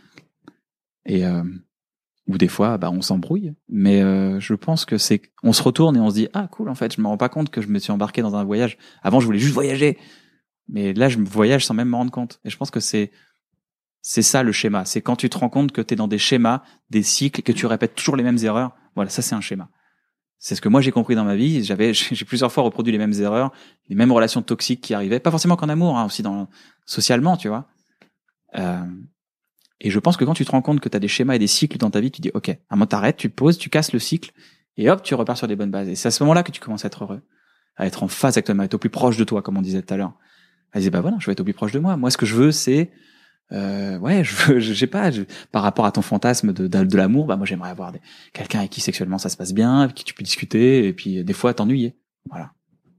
et euh, ou des fois, bah, on s'embrouille. Mais euh, je pense que c'est, on se retourne et on se dit, ah cool, en fait, je me rends pas compte que je me suis embarqué dans un voyage. Avant, je voulais juste voyager, mais là, je voyage sans même me rendre compte. Et je pense que c'est, c'est ça le schéma. C'est quand tu te rends compte que t'es dans des schémas, des cycles, que tu répètes toujours les mêmes erreurs. Voilà, ça c'est un schéma. C'est ce que moi j'ai compris dans ma vie. J'avais, j'ai plusieurs fois reproduit les mêmes erreurs, les mêmes relations toxiques qui arrivaient. Pas forcément qu'en amour, hein, aussi dans socialement, tu vois. Euh, Et je pense que quand tu te rends compte que tu as des schémas et des cycles dans ta vie, tu dis, OK, à un moment t'arrêtes, tu te poses, tu casses le cycle, et hop, tu repars sur des bonnes bases. Et c'est à ce moment-là que tu commences à être heureux, à être en phase avec toi, à être au plus proche de toi, comme on disait tout à l'heure. À dire, bah voilà, je vais être au plus proche de moi. Moi, ce que je veux, c'est Euh, ouais, je veux, je sais pas, je, par rapport à ton fantasme de, de, de l'amour, bah moi j'aimerais avoir des, quelqu'un avec qui sexuellement ça se passe bien, avec qui tu peux discuter, et puis des fois t'ennuyer. Voilà.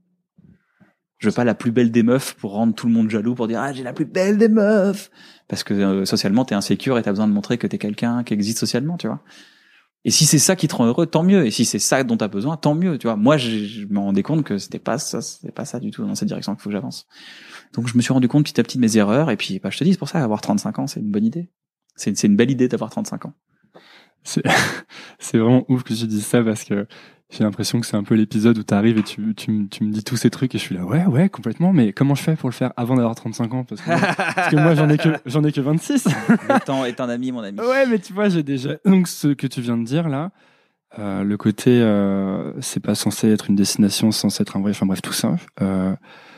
Je veux pas la plus belle des meufs pour rendre tout le monde jaloux, pour dire ah j'ai la plus belle des meufs, parce que euh, socialement t'es insécure et t'as besoin de montrer que t'es quelqu'un qui existe socialement, tu vois. Et si c'est ça qui te rend heureux, tant mieux. Et si c'est ça dont t'as besoin, tant mieux, tu vois. Moi, je, je me rendais compte que c'était pas ça, c'était pas ça du tout dans cette direction qu'il faut que j'avance. Donc, je me suis rendu compte petit à petit de mes erreurs. Et puis, bah, je te dis, c'est pour ça, avoir trente-cinq ans, c'est une bonne idée. C'est, c'est une belle idée d'avoir trente-cinq ans. C'est, c'est vraiment ouf que tu dises ça parce que j'ai l'impression que c'est un peu l'épisode où t'arrives et tu, tu, tu me dis tous ces trucs et je suis là, ouais, ouais, complètement. Mais comment je fais pour le faire avant d'avoir trente-cinq ans? Parce que moi, parce que moi j'en ai que, j'en ai que vingt-six. Le temps est un ami, mon ami. Ouais, mais tu vois, j'ai déjà, donc ce que tu viens de dire là, euh, le côté, euh, c'est pas censé être une destination, c'est censé être un vrai, enfin bref, tout ça, euh,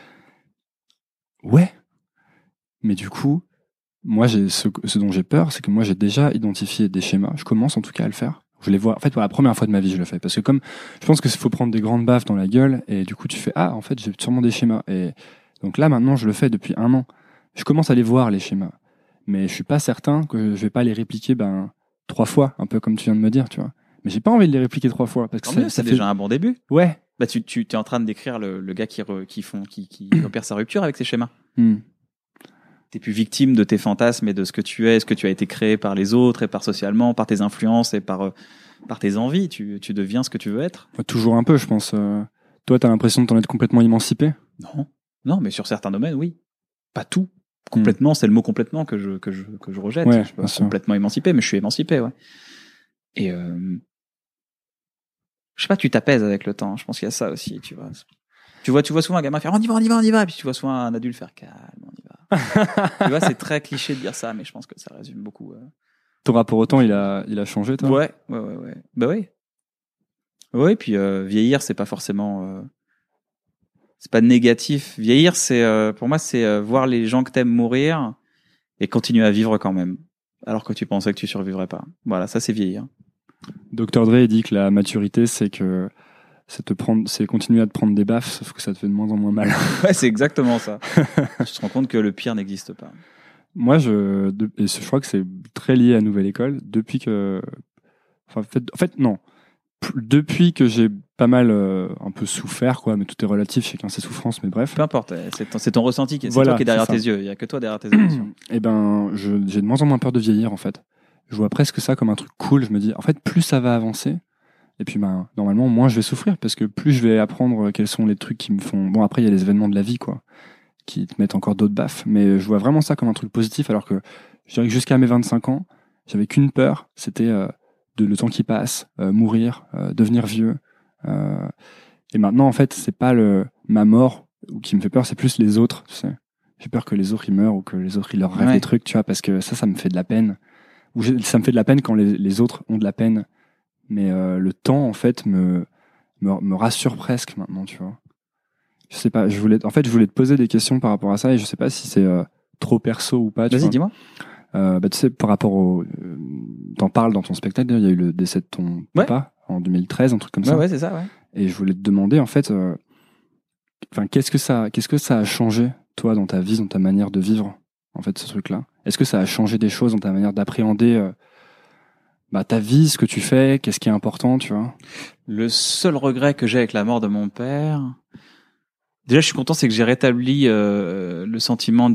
ouais. Mais du coup, moi, j'ai ce, ce dont j'ai peur, c'est que moi, j'ai déjà identifié des schémas. Je commence en tout cas à le faire. Je les vois. En fait, pour la première fois de ma vie, je le fais. Parce que comme, je pense que faut prendre des grandes baffes dans la gueule, et du coup, tu fais, ah, en fait, j'ai sûrement des schémas. Et donc là, maintenant, je le fais depuis un an. Je commence à les voir, les schémas. Mais je suis pas certain que je vais pas les répliquer, ben, trois fois, un peu comme tu viens de me dire, tu vois. Mais j'ai pas envie de les répliquer trois fois. Parce que Tant ça, mieux, ça c'est fait... déjà un bon début. Ouais. Bah, tu, tu, t'es en train de décrire le, le gars qui, re, qui font, qui, qui opère sa rupture avec ses schémas. Hmm. T'es plus victime de tes fantasmes et de ce que tu es, ce que tu as été créé par les autres et par socialement, par tes influences et par, par tes envies. Tu, tu deviens ce que tu veux être. Ouais, toujours un peu, je pense. Euh... Toi, t'as l'impression de t'en être complètement émancipé? Non. Non, mais sur certains domaines, oui. Pas tout. Complètement, mmh. C'est le mot complètement que je, que je, que je rejette. Ouais, je suis pas complètement émancipé, mais je suis émancipé, ouais. Et, euh, je sais pas, tu t'apaises avec le temps. Je pense qu'il y a ça aussi, tu vois. Tu vois, tu vois souvent un gamin faire on y va, on y va, on y va. Et puis tu vois souvent un adulte faire calme, on y va. Tu vois, c'est très cliché de dire ça, mais je pense que ça résume beaucoup. Euh... Ton rapport au temps, il a, il a changé, toi? Ouais, ouais, ouais, ouais. Bah oui. Ouais, puis euh, vieillir, c'est pas forcément. Euh... C'est pas négatif. Vieillir, c'est euh, pour moi, c'est euh, voir les gens que t'aimes mourir et continuer à vivre quand même, alors que tu pensais que tu survivrais pas. Voilà, ça c'est vieillir. docteur Dre dit que la maturité, c'est que c'est te prendre, c'est continuer à te prendre des baffes, sauf que ça te fait de moins en moins mal. Ouais, c'est exactement ça. Tu te rends compte que le pire n'existe pas. Moi, je, de, et je crois que c'est très lié à Nouvelle École. Depuis que, enfin, en fait, en fait non. Depuis que j'ai pas mal euh, un peu souffert, quoi, mais tout est relatif, chacun ses souffrances, mais bref. Peu importe, c'est ton, c'est ton ressenti, c'est voilà, toi qui est derrière tes yeux, il y a que toi derrière tes émotions. Et ben, je, j'ai de moins en moins peur de vieillir, en fait. Je vois presque ça comme un truc cool, je me dis, en fait, plus ça va avancer, et puis ben, normalement, moins je vais souffrir, parce que plus je vais apprendre quels sont les trucs qui me font... Bon, après, il y a les événements de la vie, quoi, qui te mettent encore d'autres baffes, mais je vois vraiment ça comme un truc positif, alors que je dirais que jusqu'à mes vingt-cinq ans, j'avais qu'une peur, c'était... Euh, de le temps qui passe, euh, mourir, euh, devenir vieux. Euh, et maintenant, en fait, c'est pas le ma mort qui me fait peur, c'est plus les autres. Tu sais, j'ai peur que les autres ils meurent ou que les autres ils leur rêvent ouais. des trucs, tu vois, parce que ça, ça me fait de la peine. Ou ça me fait de la peine quand les, les autres ont de la peine. Mais euh, le temps, en fait, me, me me rassure presque maintenant, tu vois. Je sais pas. Je voulais, en fait, je voulais te poser des questions par rapport à ça et je sais pas si c'est euh, trop perso ou pas. Vas-y, vois. Dis-moi. Euh, bah, tu sais, par rapport au, euh, t'en parles dans ton spectacle, il y a eu le décès de ton ouais. papa en deux mille treize, un truc comme ouais, ça. Ouais, c'est ça, ouais. Et je voulais te demander, en fait, euh, enfin, qu'est-ce que ça, qu'est-ce que ça a changé, toi, dans ta vie, dans ta manière de vivre, en fait, ce truc-là? Est-ce que ça a changé des choses dans ta manière d'appréhender, euh, bah, ta vie, ce que tu fais, qu'est-ce qui est important, tu vois? Le seul regret que j'ai avec la mort de mon père, déjà, je suis content, c'est que j'ai rétabli euh, le sentiment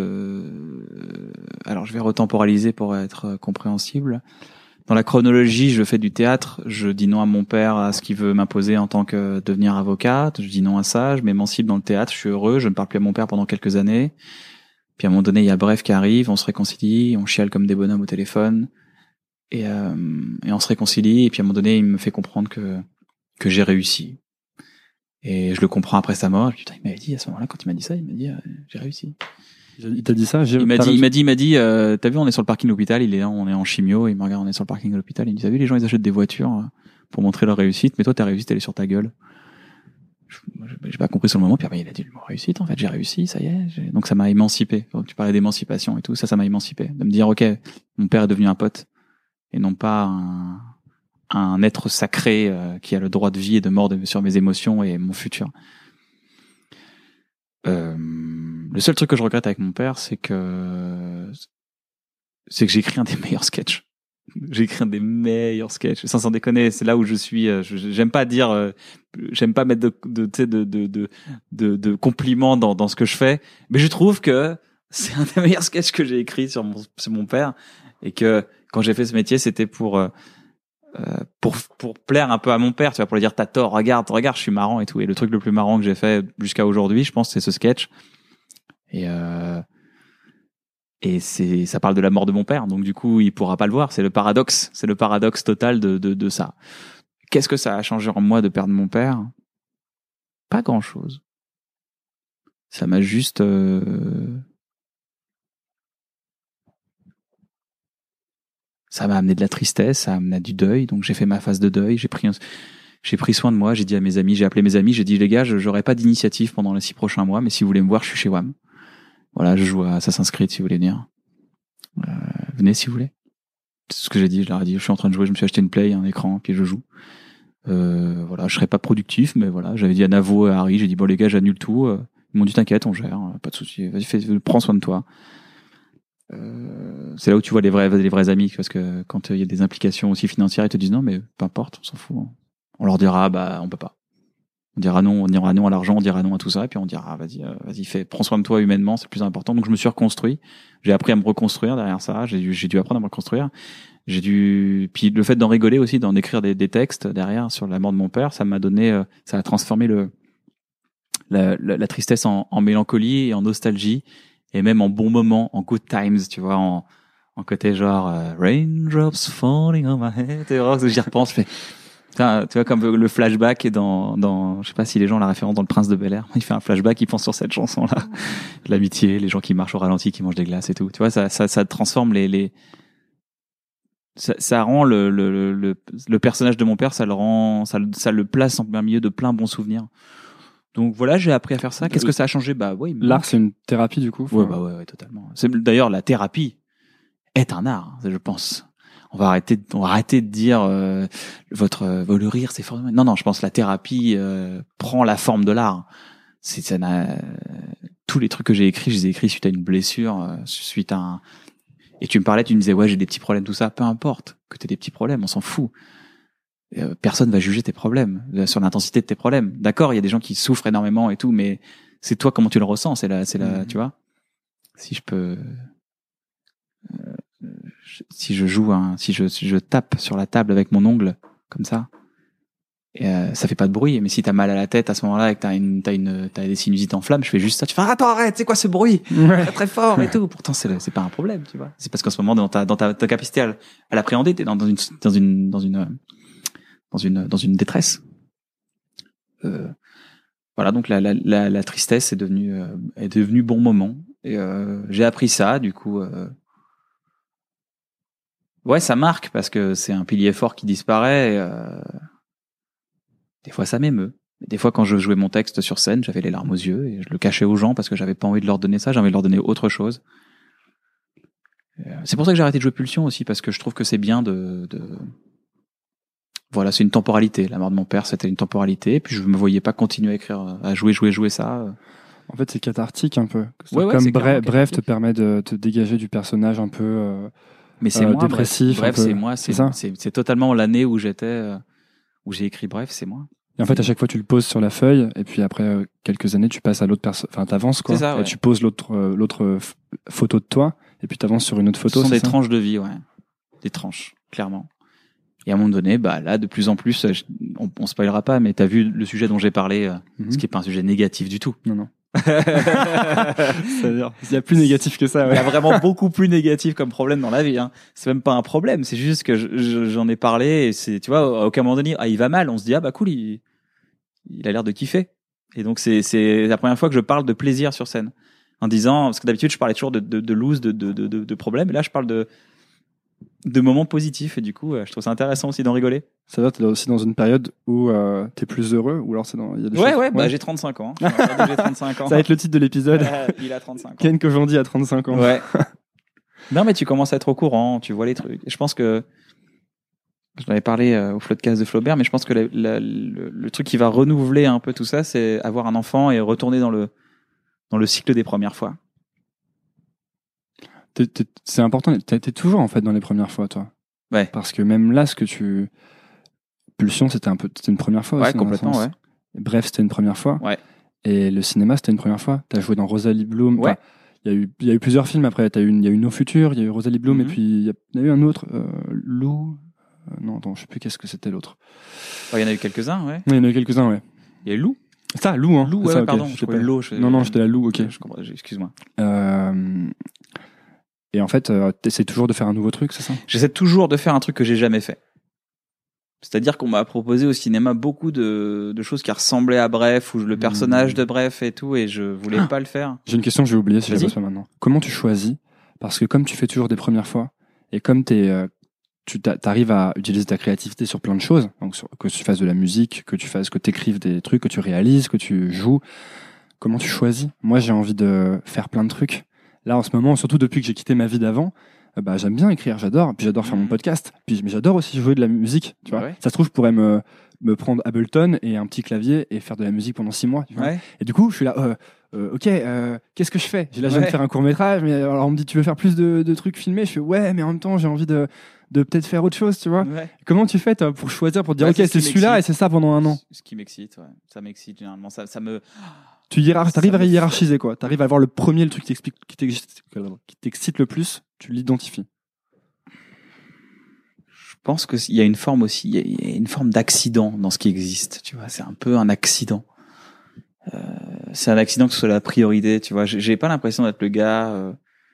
de... Alors, je vais retemporaliser pour être compréhensible. Dans la chronologie, je fais du théâtre. Je dis non à mon père, à ce qu'il veut m'imposer en tant que devenir avocate. Je dis non à ça. Je m'émancipe dans le théâtre. Je suis heureux. Je ne parle plus à mon père pendant quelques années. Puis à un moment donné, il y a Bref qui arrive. On se réconcilie. On chiale comme des bonhommes au téléphone. Et, euh, et on se réconcilie. Et puis à un moment donné, il me fait comprendre que que j'ai réussi. Et je le comprends après sa mort. Putain, il m'avait dit à ce moment-là, quand il m'a dit ça, il m'a dit euh, j'ai réussi. Il t'a dit ça? Il m'a dit, il m'a dit, il m'a dit, euh, t'as vu, on est sur le parking de l'hôpital. Il est là, on est en chimio. Il me regarde, on est sur le parking de l'hôpital. Il me dit, t'as vu, les gens, ils achètent des voitures pour montrer leur réussite, mais toi, ta réussite, elle est sur ta gueule. Je, j'ai pas compris sur le moment. Puis après, il a dit le mot réussite. En fait, j'ai réussi, ça y est. J'ai... Donc ça m'a émancipé. Donc, tu parlais d'émancipation et tout, ça, ça m'a émancipé. De me dire, ok, mon père est devenu un pote et non pas un, un être sacré euh, qui a le droit de vie et de mort de, sur mes émotions et mon futur. Euh, le seul truc que je regrette avec mon père, c'est que c'est que j'ai écrit un des meilleurs sketchs. J'ai écrit un des meilleurs sketchs. Sans sans déconner, c'est là où je suis. Euh, je, j'aime pas dire, euh, j'aime pas mettre de de de de de, de, de compliments dans dans ce que je fais, mais je trouve que c'est un des meilleurs sketchs que j'ai écrit sur mon sur mon père, et que quand j'ai fait ce métier, c'était pour euh, pour pour plaire un peu à mon père, tu vois, pour lui dire t'as tort, regarde, regarde, je suis marrant et tout. Et le truc le plus marrant que j'ai fait jusqu'à aujourd'hui, je pense, c'est ce sketch. Et euh, et c'est ça parle de la mort de mon père, donc du coup il pourra pas le voir. C'est le paradoxe, c'est le paradoxe total de de de ça. Qu'est-ce que ça a changé en moi de perdre mon père? Pas grand chose. Ça m'a juste euh... ça m'a amené de la tristesse, ça m'a amené du deuil, donc j'ai fait ma phase de deuil, j'ai pris un... j'ai pris soin de moi, j'ai dit à mes amis, j'ai appelé mes amis, j'ai dit les gars, je j'aurai pas d'initiative pendant les six prochains mois, mais si vous voulez me voir, je suis chez W A M. Voilà, je joue à Assassin's Creed si vous voulez venir. Euh, venez si vous voulez. C'est ce que j'ai dit, je leur ai dit, je suis en train de jouer, je me suis acheté une Play, un écran, puis je joue. Euh, voilà, je serai pas productif, mais voilà, j'avais dit à Navo et à Harry, j'ai dit bon les gars, j'annule tout. Euh, ils m'ont dit t'inquiète, on gère, pas de souci, vas-y, fais, prends soin de toi. Euh, c'est là où tu vois les vrais, les vrais amis, parce que quand il y a des implications aussi financières, ils te disent non, mais peu importe, on s'en fout. On leur dira bah on peut pas. On dira non, on dira non à l'argent, on dira non à tout ça, et puis on dira vas-y, euh, vas-y, fais, prends soin de toi humainement, c'est le plus important. Donc je me suis reconstruit, j'ai appris à me reconstruire derrière ça, j'ai dû, j'ai dû apprendre à me reconstruire. J'ai dû, puis le fait d'en rigoler aussi, d'en écrire des, des textes derrière sur la mort de mon père, ça m'a donné, euh, ça a transformé le la, la, la tristesse en, en mélancolie et en nostalgie, et même en bons moments, en good times, tu vois, en, en côté genre euh, raindrops falling on my head. Et vraiment, j'y repense, je fais, putain, tu vois, comme le flashback dans, dans, je sais pas si les gens ont la référence dans Le Prince de Bel-Air, il fait un flashback, il pense sur cette chanson-là, l'amitié, les gens qui marchent au ralenti, qui mangent des glaces et tout, tu vois, ça, ça, ça transforme les, les Ça, ça rend le, le, le, le personnage de mon père, ça le rend, ça, ça le place en plein milieu de plein bons souvenirs. Donc voilà, j'ai appris à faire ça. Qu'est-ce que ça a changé? Bah ouais. L'art, c'est une thérapie du coup. Ouais, bah ouais, ouais, totalement. C'est d'ailleurs la thérapie est un art, je pense. On va arrêter, on va arrêter de dire euh, votre euh, le rire, c'est formidable. Non, non, je pense que la thérapie euh, prend la forme de l'art. C'est ça n'a, tous les trucs que j'ai écrits, je les ai écrits suite à une blessure, euh, suite à un. Et tu me parlais, tu me disais, ouais, j'ai des petits problèmes, tout ça. Peu importe que t'aies des petits problèmes, on s'en fout. Euh, personne va juger tes problèmes, euh, sur l'intensité de tes problèmes. D'accord, il y a des gens qui souffrent énormément et tout, mais c'est toi comment tu le ressens, c'est la, c'est la, mmh. Tu vois. Si je peux, euh, je, si je joue un, si je, si je tape sur la table avec mon ongle, comme ça, et euh, ça fait pas de bruit, mais si t'as mal à la tête à ce moment-là et que t'as une, t'as une, t'as des sinusites en flammes, je fais juste ça, tu fais, attends, arrête, c'est quoi ce bruit? Ouais. Très, très fort et tout. Pourtant, c'est, le, c'est pas un problème, tu vois. C'est parce qu'en ce moment, dans ta, dans ta, ta capacité à, à l'appréhender, t'es dans, dans une, dans une, dans une, dans une, dans une détresse. Euh, voilà, donc la, la, la, la tristesse est devenue, euh, est devenue bon moment. Et, euh, j'ai appris ça, du coup, euh, ouais, ça marque parce que c'est un pilier fort qui disparaît, et, euh, des fois, ça m'émeut. Des fois, quand je jouais mon texte sur scène, j'avais les larmes aux yeux et je le cachais aux gens parce que j'avais pas envie de leur donner ça, j'avais envie de leur donner autre chose. C'est pour ça que j'ai arrêté de jouer Pulsion aussi, parce que je trouve que c'est bien de, de... Voilà, c'est une temporalité. La mort de mon père, c'était une temporalité. Et puis je me voyais pas continuer à écrire, à jouer, jouer, jouer ça. En fait, c'est cathartique un peu. Ouais, ouais, comme c'est bref, bref te permet de te dégager du personnage un peu euh, mais c'est euh, moi, dépressif. Bref, bref peu... c'est moi. C'est, c'est, c'est, c'est totalement l'année où j'étais, euh, où j'ai écrit Bref, c'est moi. Et en fait, à chaque fois, tu le poses sur la feuille, et puis après euh, quelques années, tu passes à l'autre personne. Enfin, t'avances quoi. C'est ça, ouais. Et tu poses l'autre, euh, l'autre f- photo de toi, et puis t'avances sur une autre photo. Ce sont des ça tranches de vie, ouais. Des tranches, clairement. Et à un moment donné, bah là, de plus en plus, on, on spoilera pas, mais t'as vu le sujet dont j'ai parlé, euh, mm-hmm. ce qui est pas un sujet négatif du tout. Non, non. C'est-à-dire, il y a plus négatif que ça. Ouais. Il y a vraiment beaucoup plus négatif comme problème dans la vie. Hein. C'est même pas un problème, c'est juste que je, je, j'en ai parlé et c'est, tu vois, à aucun moment donné, ah il va mal, on se dit ah bah cool, il, il a l'air de kiffer. Et donc c'est, c'est la première fois que je parle de plaisir sur scène, en disant, parce que d'habitude je parlais toujours de, de, de loose, de, de, de, de problèmes, et là je parle de de moments positifs, et du coup je trouve ça intéressant aussi d'en rigoler. Ça veut dire que t'es aussi dans une période où euh, t'es plus heureux, ou alors c'est dans, il y a des ouais, choses... ouais, bah ouais. J'ai trente-cinq ans. Hein. j'ai trente-cinq ans. Ça va être le titre de l'épisode. Euh, il a trente-cinq ans. Ken Kojandi a trente-cinq ans. Ouais. Non, mais tu commences à être au courant, tu vois les trucs. Et je pense que, j'en avais parlé euh, au Floodcast de Flaubert, mais je pense que la, la, le, le truc qui va renouveler un peu tout ça, c'est avoir un enfant et retourner dans le, dans le cycle des premières fois. t'es, t'es, c'est important. T'es, t'es toujours en fait dans les premières fois, toi. Ouais. Parce que même là, ce que tu Pulsion, c'était un peu, c'était une première fois Ouais, aussi. complètement, ouais. Bref, c'était une première fois. Ouais. Et le cinéma, c'était une première fois. T'as joué dans Rosalie Bloom. Ouais. Il y a eu, il y a eu plusieurs films après. T'as eu, il y a eu Nos Futurs, il y a eu Rosalie Bloom, mm-hmm. et puis il y, a, il y a eu un autre, euh, Lou. Euh, non, attends, je sais plus qu'est-ce que c'était l'autre. Il y en a eu quelques-uns, ouais. Il y en a eu quelques-uns, ouais. Il y a eu Lou. Ça, Lou, hein. Lou, ouais, ça, ouais, okay. pardon. Je Je pas... Lou, je... Non, non, j'étais la Lou, ok. Je comprends, excuse-moi. Euh... Et en fait, euh, t'essaies toujours de faire un nouveau truc, c'est ça? J'essaie toujours de faire un truc que j'ai jamais fait. C'est-à-dire qu'on m'a proposé au cinéma beaucoup de, de choses qui ressemblaient à Bref, ou le personnage de Bref et tout, et je voulais ah. pas le faire. J'ai une question que j'ai oubliée si Vas-y. je la pose pas maintenant. Comment tu choisis? Parce que comme tu fais toujours des premières fois, et comme t'es, euh, tu arrives à utiliser ta créativité sur plein de choses, donc sur, que tu fasses de la musique, que tu fasses, que t'écrives des trucs, que tu réalises, que tu joues, comment tu choisis? Moi, j'ai envie de faire plein de trucs. Là, en ce moment, surtout depuis que j'ai quitté ma vie d'avant, bah, j'aime bien écrire, j'adore, puis j'adore faire mmh. mon podcast, puis mais j'adore aussi jouer de la musique, tu vois. Ouais. Ça se trouve, je pourrais me me prendre Ableton et un petit clavier et faire de la musique pendant six mois, tu vois. Ouais. Et du coup, je suis là, euh, euh, ok, euh, qu'est-ce que je fais? Là, je viens ouais. de faire un court métrage, mais alors on me dit, tu veux faire plus de, de trucs filmés? Je fais, ouais, mais en même temps, j'ai envie de de peut-être faire autre chose, tu vois. Ouais. Comment tu fais toi, pour choisir, pour dire, ouais, ok, c'est, c'est celui-là et c'est ça pendant un an? Ce qui m'excite, ouais. Ça m'excite généralement, ça, ça me. Tu hiérar... arrives à hiérarchiser quoi. Tu arrives à voir le premier, le truc qui t'explique, qui t'excite, qui t'excite le plus, tu l'identifies. Je pense qu'il y a une forme aussi, il y a une forme d'accident dans ce qui existe, tu vois, c'est un peu un accident. Euh, c'est un accident que ce soit la priorité, tu vois, j'ai, j'ai pas l'impression d'être le gars... Euh...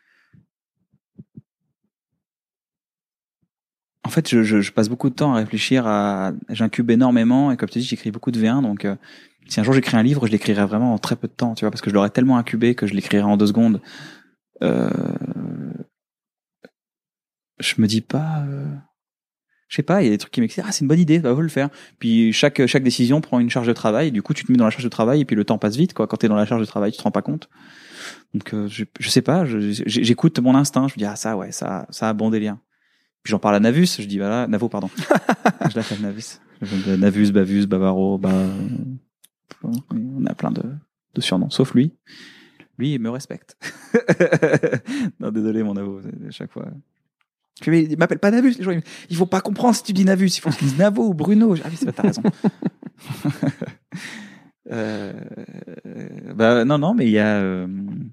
En fait, je, je, je passe beaucoup de temps à réfléchir, à, j'incube énormément, et comme tu dis, j'écris beaucoup de V un, donc euh, si un jour j'écris un livre, je l'écrirai vraiment en très peu de temps, tu vois, parce que je l'aurais tellement incubé que je l'écrirai en deux secondes. Euh... Je me dis pas... Euh... Je sais pas, il y a des trucs qui m'excitent. Ah, c'est une bonne idée, bah, faut le faire. Puis chaque chaque décision prend une charge de travail. Et du coup, tu te mets dans la charge de travail et puis le temps passe vite, quoi. Quand t'es dans la charge de travail, tu te rends pas compte. Donc, euh, je, je sais pas. Je, j'écoute mon instinct. Je me dis ah ça, ouais, ça, ça a bon délire. Puis j'en parle à Navus. Je dis voilà, Navo, pardon. Je l'appelle Navus. Navus, Bavus, Bavaro, bah, on a plein de de surnoms. Sauf lui. Lui, il me respecte. Non, désolé, mon Navo. À chaque fois. Je mais il m'appelle pas Navus, les gens, ils vont pas comprendre si tu dis Navus, il faut qu'ils disent Navo ou Bruno. Ah oui, c'est, t'as raison. euh, bah, non, non, mais il y a, euh,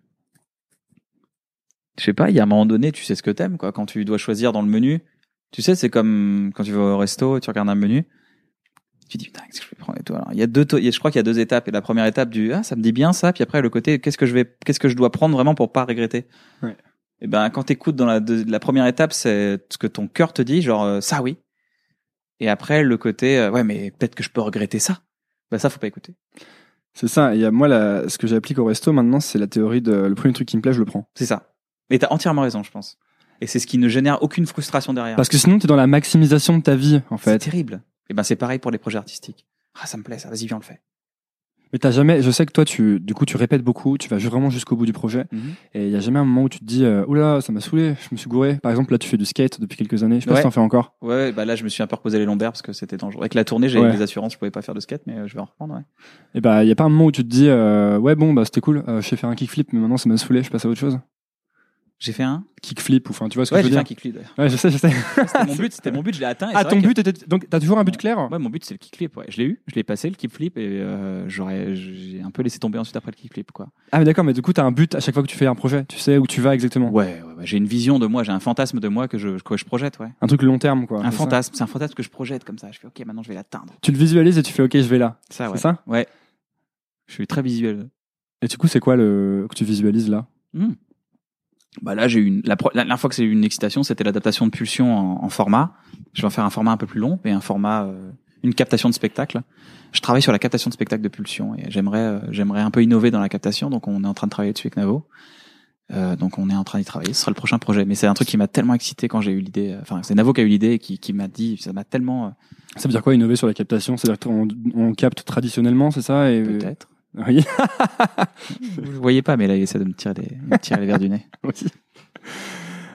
je sais pas, il y a un moment donné, tu sais ce que t'aimes, quoi. Quand tu dois choisir dans le menu, tu sais, c'est comme quand tu vas au resto, tu regardes un menu, tu dis, putain, qu'est-ce que je vais prendre et tout. Alors, il y a deux, je crois qu'il y a deux étapes. Et la première étape du, ah, ça me dit bien ça. Puis après, le côté, qu'est-ce que je vais, qu'est-ce que je dois prendre vraiment pour pas regretter. Ouais. Et ben, quand t'écoutes dans la, de, la première étape, c'est ce que ton cœur te dit, genre, euh, ça oui. Et après, le côté, euh, ouais, mais peut-être que je peux regretter ça. Ben, ça, faut pas écouter. C'est ça. Et moi, la, ce que j'applique au resto maintenant, c'est la théorie de, le premier truc qui me plaît, je le prends. C'est ça. Et t'as entièrement raison, je pense. Et c'est ce qui ne génère aucune frustration derrière. Parce que sinon, t'es dans la maximisation de ta vie, en fait. C'est terrible. Et ben, c'est pareil pour les projets artistiques. Ah, ça me plaît, ça, vas-y, viens, on le fait. Mais t'as jamais, je sais que toi, tu, du coup, tu répètes beaucoup, tu vas vraiment jusqu'au bout du projet. Mm-hmm. Et il y a jamais un moment où tu te dis, euh, oula, ça m'a saoulé, je me suis gouré. Par exemple, là, tu fais du skate depuis quelques années. Je sais pas ouais. si t'en fais encore. Ouais, bah là, je me suis un peu reposé les lombaires parce que c'était dangereux. Avec la tournée, j'ai ouais. des assurances, je pouvais pas faire de skate, mais euh, je vais en reprendre, ouais. Et bah, il y a pas un moment où tu te dis, euh, ouais, bon, bah, c'était cool, euh, je sais faire un kickflip, mais maintenant, ça m'a saoulé, je passe à autre chose. J'ai fait un kickflip, ou enfin, tu vois ce que ouais, je veux dire. Ouais, j'ai fait un kickflip d'ailleurs. Ouais, je sais, je sais. C'était mon but, c'était mon but, je l'ai atteint. Et ah, ton but que... était, donc, t'as toujours un but clair? Ouais, mon but, c'est le kickflip, ouais. Je l'ai eu, je l'ai passé, le kickflip, et euh, j'aurais, j'ai un peu laissé tomber ensuite après le kickflip, quoi. Ah, mais d'accord, mais du coup, t'as un but à chaque fois que tu fais un projet, tu sais où tu vas exactement. Ouais, ouais, ouais. J'ai une vision de moi, j'ai un fantasme de moi que je, que je projette, ouais. Un truc long terme, quoi. Un fantasme, ça. C'est un fantasme que je projette comme ça. Je fais, ok, maintenant je vais l'atteindre. Tu le visualises et tu fais, ok, je vais là. Ça, ouais. C'est ça? Ouais. Je suis très visuel. Et du coup, c'est quoi le, que tu visualises là? Mmh. Bah là, j'ai eu une, la, la dernière fois que j'ai eu une excitation, c'était l'adaptation de Pulsion en, en format. Je vais en faire un format un peu plus long, mais un format, euh, une captation de spectacle. Je travaille sur la captation de spectacle de Pulsion et j'aimerais, euh, j'aimerais un peu innover dans la captation, donc on est en train de travailler dessus avec Navo. Euh, donc on est en train d'y travailler. Ce sera le prochain projet, mais c'est un truc qui m'a tellement excité quand j'ai eu l'idée. Enfin, c'est Navo qui a eu l'idée et qui, qui m'a dit, ça m'a tellement. Euh... Ça veut dire quoi innover sur la captation? C'est-à-dire qu'on on capte traditionnellement, c'est ça? Et... Peut-être. Oui. Vous le voyez pas, mais là il essaie de me tirer les, me tirer les verres du nez. Oui.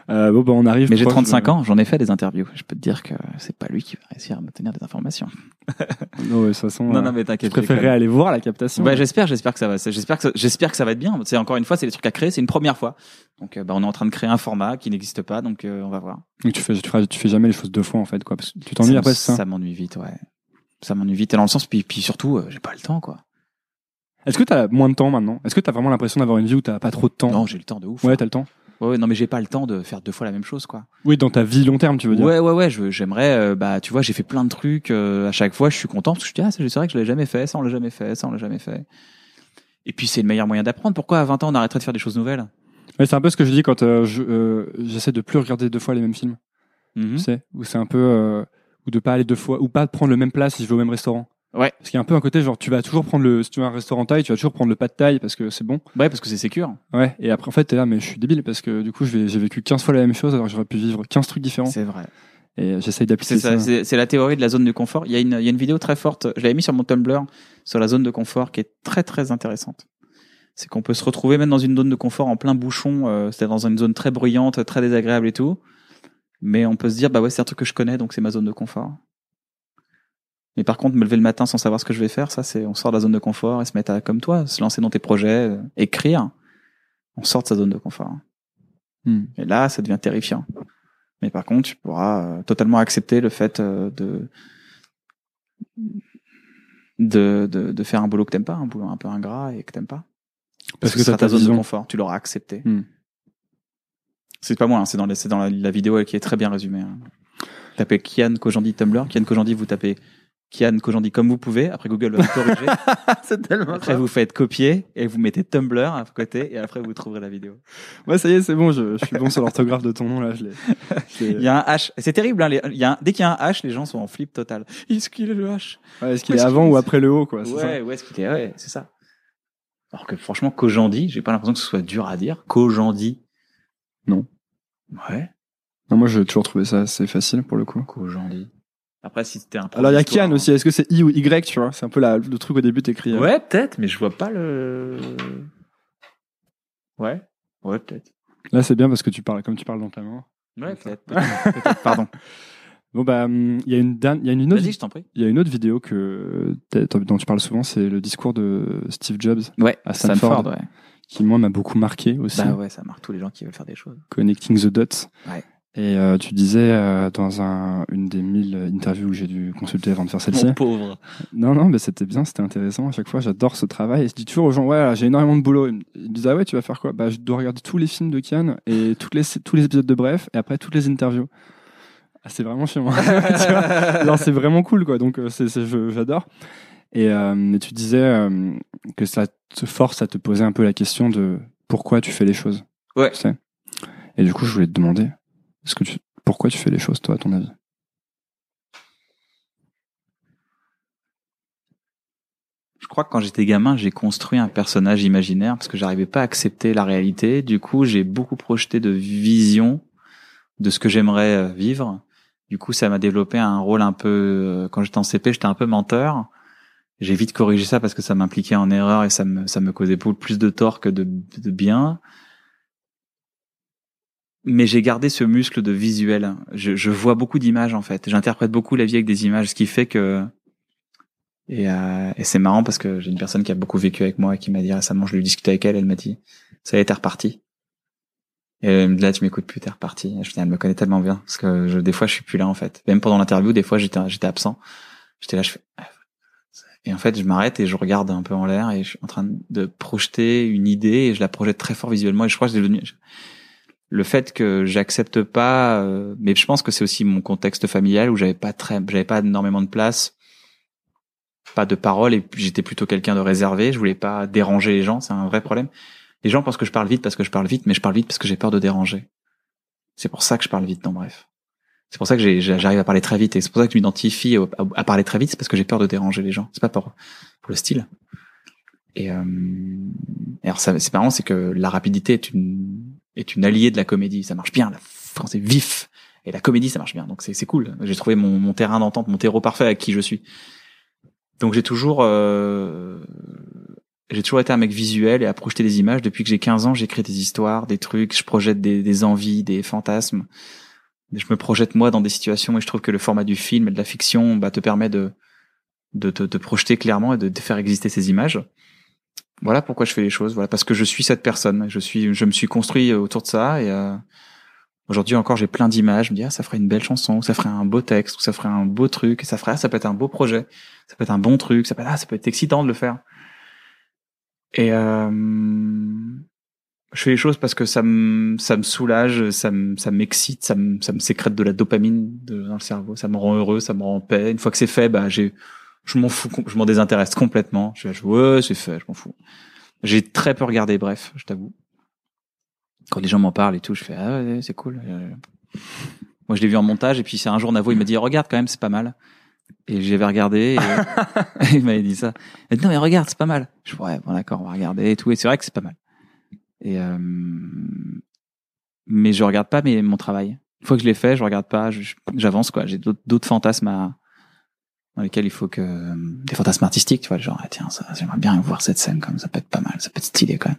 Euh, bon, bah, on arrive. Mais j'ai proche trente-cinq de- ans, j'en ai fait des interviews. Je peux te dire que c'est pas lui qui va réussir à me tenir des informations. Non, ouais, de toute façon. Non, euh, non, mais Je t'inquiète. préférerais aller voir la captation. Ouais, j'espère, j'espère que ça va, j'espère que ça, j'espère que ça va être bien. C'est encore une fois, c'est des trucs à créer, c'est une première fois. Donc, euh, bah, on est en train de créer un format qui n'existe pas, donc euh, on va voir. Donc tu fais, tu, feras, tu fais jamais les choses deux fois en fait, quoi. Parce que tu Ça t'ennuies me- après, c'est ça. Ça m'ennuie vite, ouais. Ça m'ennuie vite. Et dans le sens, puis, puis surtout, euh, j'ai pas le temps, quoi. Est-ce que t'as moins de temps maintenant? Est-ce que t'as vraiment l'impression d'avoir une vie où t'as pas trop de temps? Non, j'ai le temps de ouf. Ouais, hein. t'as le temps. Ouais, ouais, non, mais j'ai pas le temps de faire deux fois la même chose, quoi. Oui, dans ta vie long terme, tu veux dire. Ouais, ouais, ouais. Je, j'aimerais, euh, bah, tu vois, j'ai fait plein de trucs. Euh, à chaque fois, je suis content parce que je dis, ah, c'est vrai que je l'ai jamais fait, ça on l'a jamais fait, ça on l'a jamais fait. Et puis c'est le meilleur moyen d'apprendre. Pourquoi à vingt ans on arrêterait de faire des choses nouvelles? Ouais, c'est un peu ce que je dis quand euh, je, euh, j'essaie de plus regarder deux fois les mêmes films. Mhm. Tu sais, où c'est un peu euh, ou de pas aller deux fois ou pas prendre le même plat si je vais au même restaurant. Ouais. Parce qu'il y a un peu un côté genre tu vas toujours prendre le si tu vas à un restaurant thaï, tu vas toujours prendre le pas de thaï parce que c'est bon. Ouais, parce que c'est sécure. Ouais, et après en fait t'es là mais je suis débile parce que du coup je vais, j'ai vécu quinze fois la même chose alors que j'aurais pu vivre quinze trucs différents C'est vrai. et j'essaye d'appliquer C'est ça, ça. c'est, c'est la théorie de la zone de confort. Il y a une, il y a une vidéo très forte. Je l'avais mis sur mon Tumblr sur la zone de confort qui est très très intéressante. C'est qu'on peut se retrouver même dans une zone de confort en plein bouchon, euh, c'est dans une zone très bruyante, très désagréable et tout. Mais on peut se dire bah ouais c'est un truc que je connais donc c'est ma zone de confort. Mais par contre me lever le matin sans savoir ce que je vais faire, ça c'est on sort de la zone de confort et se mettre à comme toi, se lancer dans tes projets, euh, écrire. On sort de sa zone de confort. Hmm. Et là ça devient terrifiant. Mais par contre, tu pourras euh, totalement accepter le fait euh, de, de de de faire un boulot que t'aimes pas, un boulot un peu ingrat et que t'aimes pas. Parce, Parce que, que c'est t'as ta ta zone vision. de confort. Tu l'auras accepté. Hmm. C'est pas moi, hein, c'est dans, les, c'est dans la, la vidéo qui est très bien résumée. Hein. Tapez Kian Kojandi Tumblr. Kian Kojandi, vous tapez Kian Kojandi comme vous pouvez. Après Google va vous corriger. C'est tellement Après vous faites copier et vous mettez Tumblr à côté et après vous trouverez la vidéo. Ouais, ça y est, c'est bon, je, je suis bon sur l'orthographe de ton nom là, je l'ai. je l'ai- Il y a un H. C'est terrible. Hein, les, il y a un, dès qu'il y a un H, les gens sont en flip total. Est-ce qu'il est le H? Ouais, est-ce qu'il Où est est-ce avant qu'il est ou après le haut quoi, c'est Ouais, ouais, est-ce qu'il est ouais, c'est ça. Alors que franchement, Kojandi, j'ai pas l'impression que ce soit dur à dire. Kojandi. Non. Ouais. ça Non, moi j'ai toujours trouvé ça assez facile pour le coup. Kojandi. Après, si c'était un. prof Alors il y a d'histoire, Kian aussi, est-ce que c'est I ou Y, tu vois? C'est un peu la, le truc au début t'écris. euh, Ouais, peut-être, mais je vois pas le. Ouais. Ouais, peut-être. Là c'est bien parce que tu parles comme tu parles dans ta main. Ouais, peut-être. peut-être, peut-être, pardon. Bon bah hum, il y a une dan- il y a une autre Vas-y, je t'en prie. il y a une autre vidéo que t'as- dont tu parles souvent, c'est le discours de Steve Jobs Ouais, à Stanford, ouais. qui moi m'a beaucoup marqué aussi. Bah ouais, ça marque tous les gens qui veulent faire des choses. Connecting the dots. Ouais. Et euh, tu disais euh, dans un, une des mille interviews que j'ai dû consulter avant de faire celle-ci. Mon pauvre. Non, non, mais c'était bien, c'était intéressant. À chaque fois, j'adore ce travail. Et je dis toujours aux gens, ouais, j'ai énormément de boulot. Ils me ils me disent, ah ouais, tu vas faire quoi? Bah, je dois regarder tous les films de Kian et toutes les, tous les épisodes de Bref et après toutes les interviews. Ah, c'est vraiment chez moi. Tu vois, alors, c'est vraiment cool, quoi. Donc, euh, c'est, c'est, je- j'adore. Et, euh, et tu disais euh, que ça te force à te poser un peu la question de pourquoi tu fais les choses. Ouais. Tu sais. Et du coup, je voulais te demander, est-ce que tu, pourquoi tu fais les choses, toi, à ton avis? Je crois que quand j'étais gamin, j'ai construit un personnage imaginaire parce que j'arrivais pas à accepter la réalité. Du coup, j'ai beaucoup projeté de visions de ce que j'aimerais euh, vivre. Du coup, ça m'a développé un rôle un peu... euh, Quand j'étais en C P, j'étais un peu menteur. J'ai vite corrigé ça parce que ça m'impliquait en erreur et ça me, ça me causait beaucoup plus de tort que de, de bien. Mais j'ai gardé ce muscle de visuel. Je, je vois beaucoup d'images, en fait. J'interprète beaucoup la vie avec des images, ce qui fait que... Et, euh, et c'est marrant parce que j'ai une personne qui a beaucoup vécu avec moi et qui m'a dit récemment, je lui discutais avec elle, elle m'a dit, ça y est, t'es reparti. Et elle me dit, là, tu m'écoutes plus, t'es reparti. Et je dis, elle me connaît tellement bien parce que je, des fois, je suis plus là, en fait. Même pendant l'interview, des fois, j'étais, j'étais absent. J'étais là, je fais, et en fait, je m'arrête et je regarde un peu en l'air et je suis en train de projeter une idée et je la projette très fort visuellement et je crois que c'est devenu, le fait que j'accepte pas, euh, mais je pense que c'est aussi mon contexte familial où j'avais pas très, j'avais pas énormément de place, pas de parole et j'étais plutôt quelqu'un de réservé. Je voulais pas déranger les gens, c'est un vrai problème. Les gens pensent que je parle vite parce que je parle vite, mais je parle vite parce que j'ai peur de déranger. C'est pour ça que je parle vite, non bref. C'est pour ça que j'ai, j'arrive à parler très vite et c'est pour ça que je m'identifie à, à parler très vite, c'est parce que j'ai peur de déranger les gens. C'est pas pour pour le style. Et, euh, et alors ça, c'est marrant, c'est que la rapidité est une est une alliée de la comédie. Ça marche bien, quand c'est vif. Et la comédie, ça marche bien. Donc c'est c'est cool. J'ai trouvé mon mon terrain d'entente, mon terreau parfait avec qui je suis. Donc j'ai toujours euh, j'ai toujours été un mec visuel et à projeter des images. Depuis que j'ai quinze ans, j'écris des histoires, des trucs, je projette des, des envies, des fantasmes. Je me projette moi dans des situations et je trouve que le format du film et de la fiction bah, te permet de de te de, de projeter clairement et de, de faire exister ces images. Voilà pourquoi je fais les choses. Voilà, parce que je suis cette personne. Je suis, je me suis construit autour de ça et euh, aujourd'hui encore, j'ai plein d'images. Je me dis, ah, ça ferait une belle chanson, ou ça ferait un beau texte, ou ça ferait un beau truc, ça ferait, ah, ça peut être un beau projet, ça peut être un bon truc, ça peut, ah, ça peut être excitant de le faire. Et euh, je fais les choses parce que ça me, ça me soulage, ça me, ça m'excite, ça me, ça me sécrète de la dopamine de, dans le cerveau, ça me rend heureux, ça me rend en paix. Une fois que c'est fait, bah, j'ai, je m'en fous, je m'en désintéresse complètement. Je vais, ouais, c'est fait, je m'en fous. J'ai très peu regardé, bref, je t'avoue. Quand les gens m'en parlent et tout, je fais, ah ouais, c'est cool. Moi, je l'ai vu en montage et puis c'est un jour, Navo, il m'a dit, regarde quand même, c'est pas mal. Et j'avais regardé et il m'avait dit ça. Il m'a dit, non, mais regarde, c'est pas mal. Je fais, ouais, bon, d'accord, on va regarder et tout. Et c'est vrai que c'est pas mal. Et, euh, mais je regarde pas mais mon travail. Une fois que je l'ai fait, je regarde pas, je, j'avance, quoi. J'ai d'autres, d'autres fantasmes à, dans lesquels il faut que, des fantasmes artistiques, tu vois, genre, ah, tiens, ça, j'aimerais bien voir cette scène comme ça peut être pas mal, ça peut être stylé, quand même.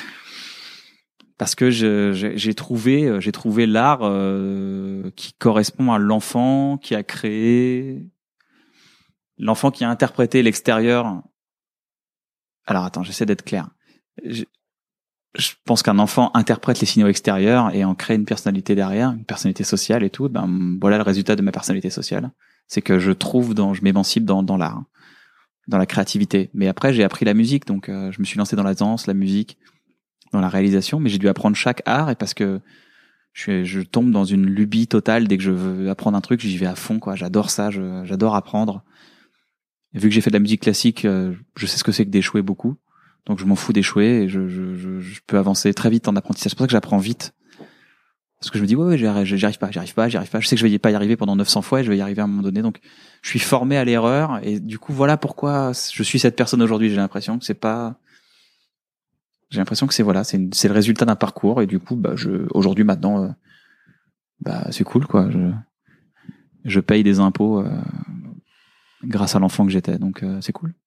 Parce que je, j'ai, j'ai trouvé, j'ai trouvé l'art, euh, qui correspond à l'enfant qui a créé, l'enfant qui a interprété l'extérieur. Alors, attends, j'essaie d'être clair. Je, je pense qu'un enfant interprète les signaux extérieurs et en crée une personnalité derrière, une personnalité sociale et tout. Ben, voilà le résultat de ma personnalité sociale. C'est que je trouve dans, je m'émancipe dans, dans l'art, dans la créativité. Mais après, j'ai appris la musique, donc euh, je me suis lancé dans la danse, la musique, dans la réalisation, mais j'ai dû apprendre chaque art et parce que je, je tombe dans une lubie totale dès que je veux apprendre un truc, j'y vais à fond, quoi. J'adore ça, je, j'adore apprendre. Et vu que j'ai fait de la musique classique, euh, je sais ce que c'est que d'échouer beaucoup. Donc je m'en fous d'échouer et je, je, je, je peux avancer très vite en apprentissage. C'est pour ça que j'apprends vite. Parce que je me dis, ouais, ouais, j'y arrive, j'y arrive pas, j'y arrive pas, j'y arrive pas. Je sais que je vais pas y arriver pendant neuf cents fois et je vais y arriver à un moment donné. Donc, je suis formé à l'erreur et du coup, voilà pourquoi je suis cette personne aujourd'hui. J'ai l'impression que c'est pas, j'ai l'impression que c'est, voilà, c'est, une, c'est le résultat d'un parcours et du coup, bah, je, aujourd'hui, maintenant, euh, bah, c'est cool, quoi. Je, je paye des impôts, euh, grâce à l'enfant que j'étais. Donc, euh, c'est cool.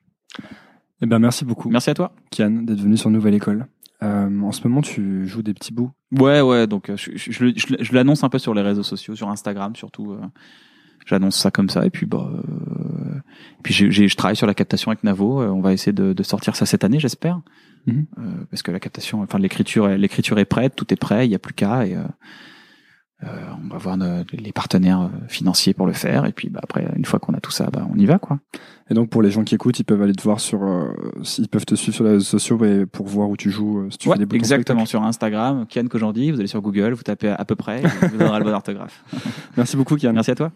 Eh ben, merci beaucoup. Merci à toi, Kian, d'être venu sur Nouvelle École. Euh, en ce moment, tu joues des petits bouts. Ouais, ouais. Donc, je, je, je, je, je l'annonce un peu sur les réseaux sociaux, sur Instagram surtout. Euh, j'annonce ça comme ça. Et puis, bah, euh, et puis, j'ai, j'ai, je travaille sur la captation avec Navo. Euh, on va essayer de, de sortir ça cette année, j'espère. Mm-hmm. Euh, parce que la captation, enfin, l'écriture, l'écriture est prête, tout est prêt. Il y a plus qu'à. Et euh, euh, on va voir nos, les partenaires financiers pour le faire. Et puis, bah, après, une fois qu'on a tout ça, bah, on y va, quoi. Et donc, pour les gens qui écoutent, ils peuvent aller te voir sur, euh, ils peuvent te suivre sur les réseaux sociaux et pour voir où tu joues, euh, si tu ouais, fais des bouts. Exactement, sur Instagram, Kian Kojandi, vous allez sur Google, vous tapez à peu près, et vous donnera le bon orthographe. Merci beaucoup, Kian. Merci à toi.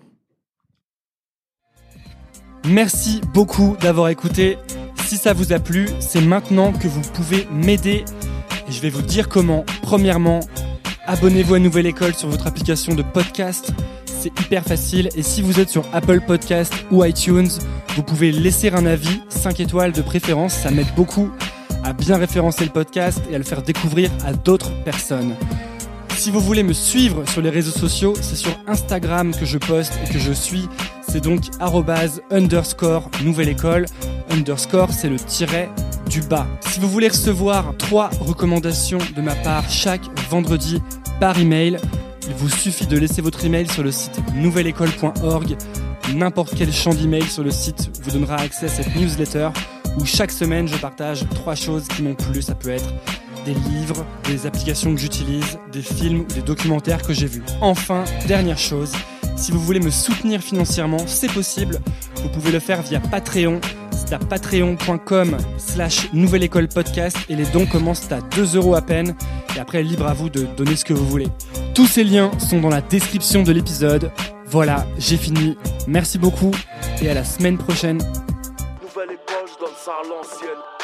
Merci beaucoup d'avoir écouté. Si ça vous a plu, c'est maintenant que vous pouvez m'aider. Et je vais vous dire comment. Premièrement, abonnez-vous à Nouvelle École sur votre application de podcast. C'est hyper facile. Et si vous êtes sur Apple Podcast ou iTunes, vous pouvez laisser un avis, cinq étoiles de préférence. Ça m'aide beaucoup à bien référencer le podcast et à le faire découvrir à d'autres personnes. Si vous voulez me suivre sur les réseaux sociaux, c'est sur Instagram que je poste et que je suis. C'est donc arrobase underscore nouvelle école. Underscore, c'est le tiret du bas. Si vous voulez recevoir trois recommandations de ma part chaque vendredi par email, il vous suffit de laisser votre email sur le site nouvelle école point org. N'importe quel champ d'email sur le site vous donnera accès à cette newsletter où chaque semaine je partage trois choses qui m'ont plu. Ça peut être des livres, des applications que j'utilise, des films ou des documentaires que j'ai vus. Enfin, dernière chose, si vous voulez me soutenir financièrement, c'est possible. Vous pouvez le faire via Patreon. C'est à patreon.com slash nouvelle école podcast et les dons commencent à deux euros à peine. Et après, libre à vous de donner ce que vous voulez. Tous ces liens sont dans la description de l'épisode. Voilà, j'ai fini. Merci beaucoup et à la semaine prochaine. Nouvelle école, je donne ça à l'ancienne.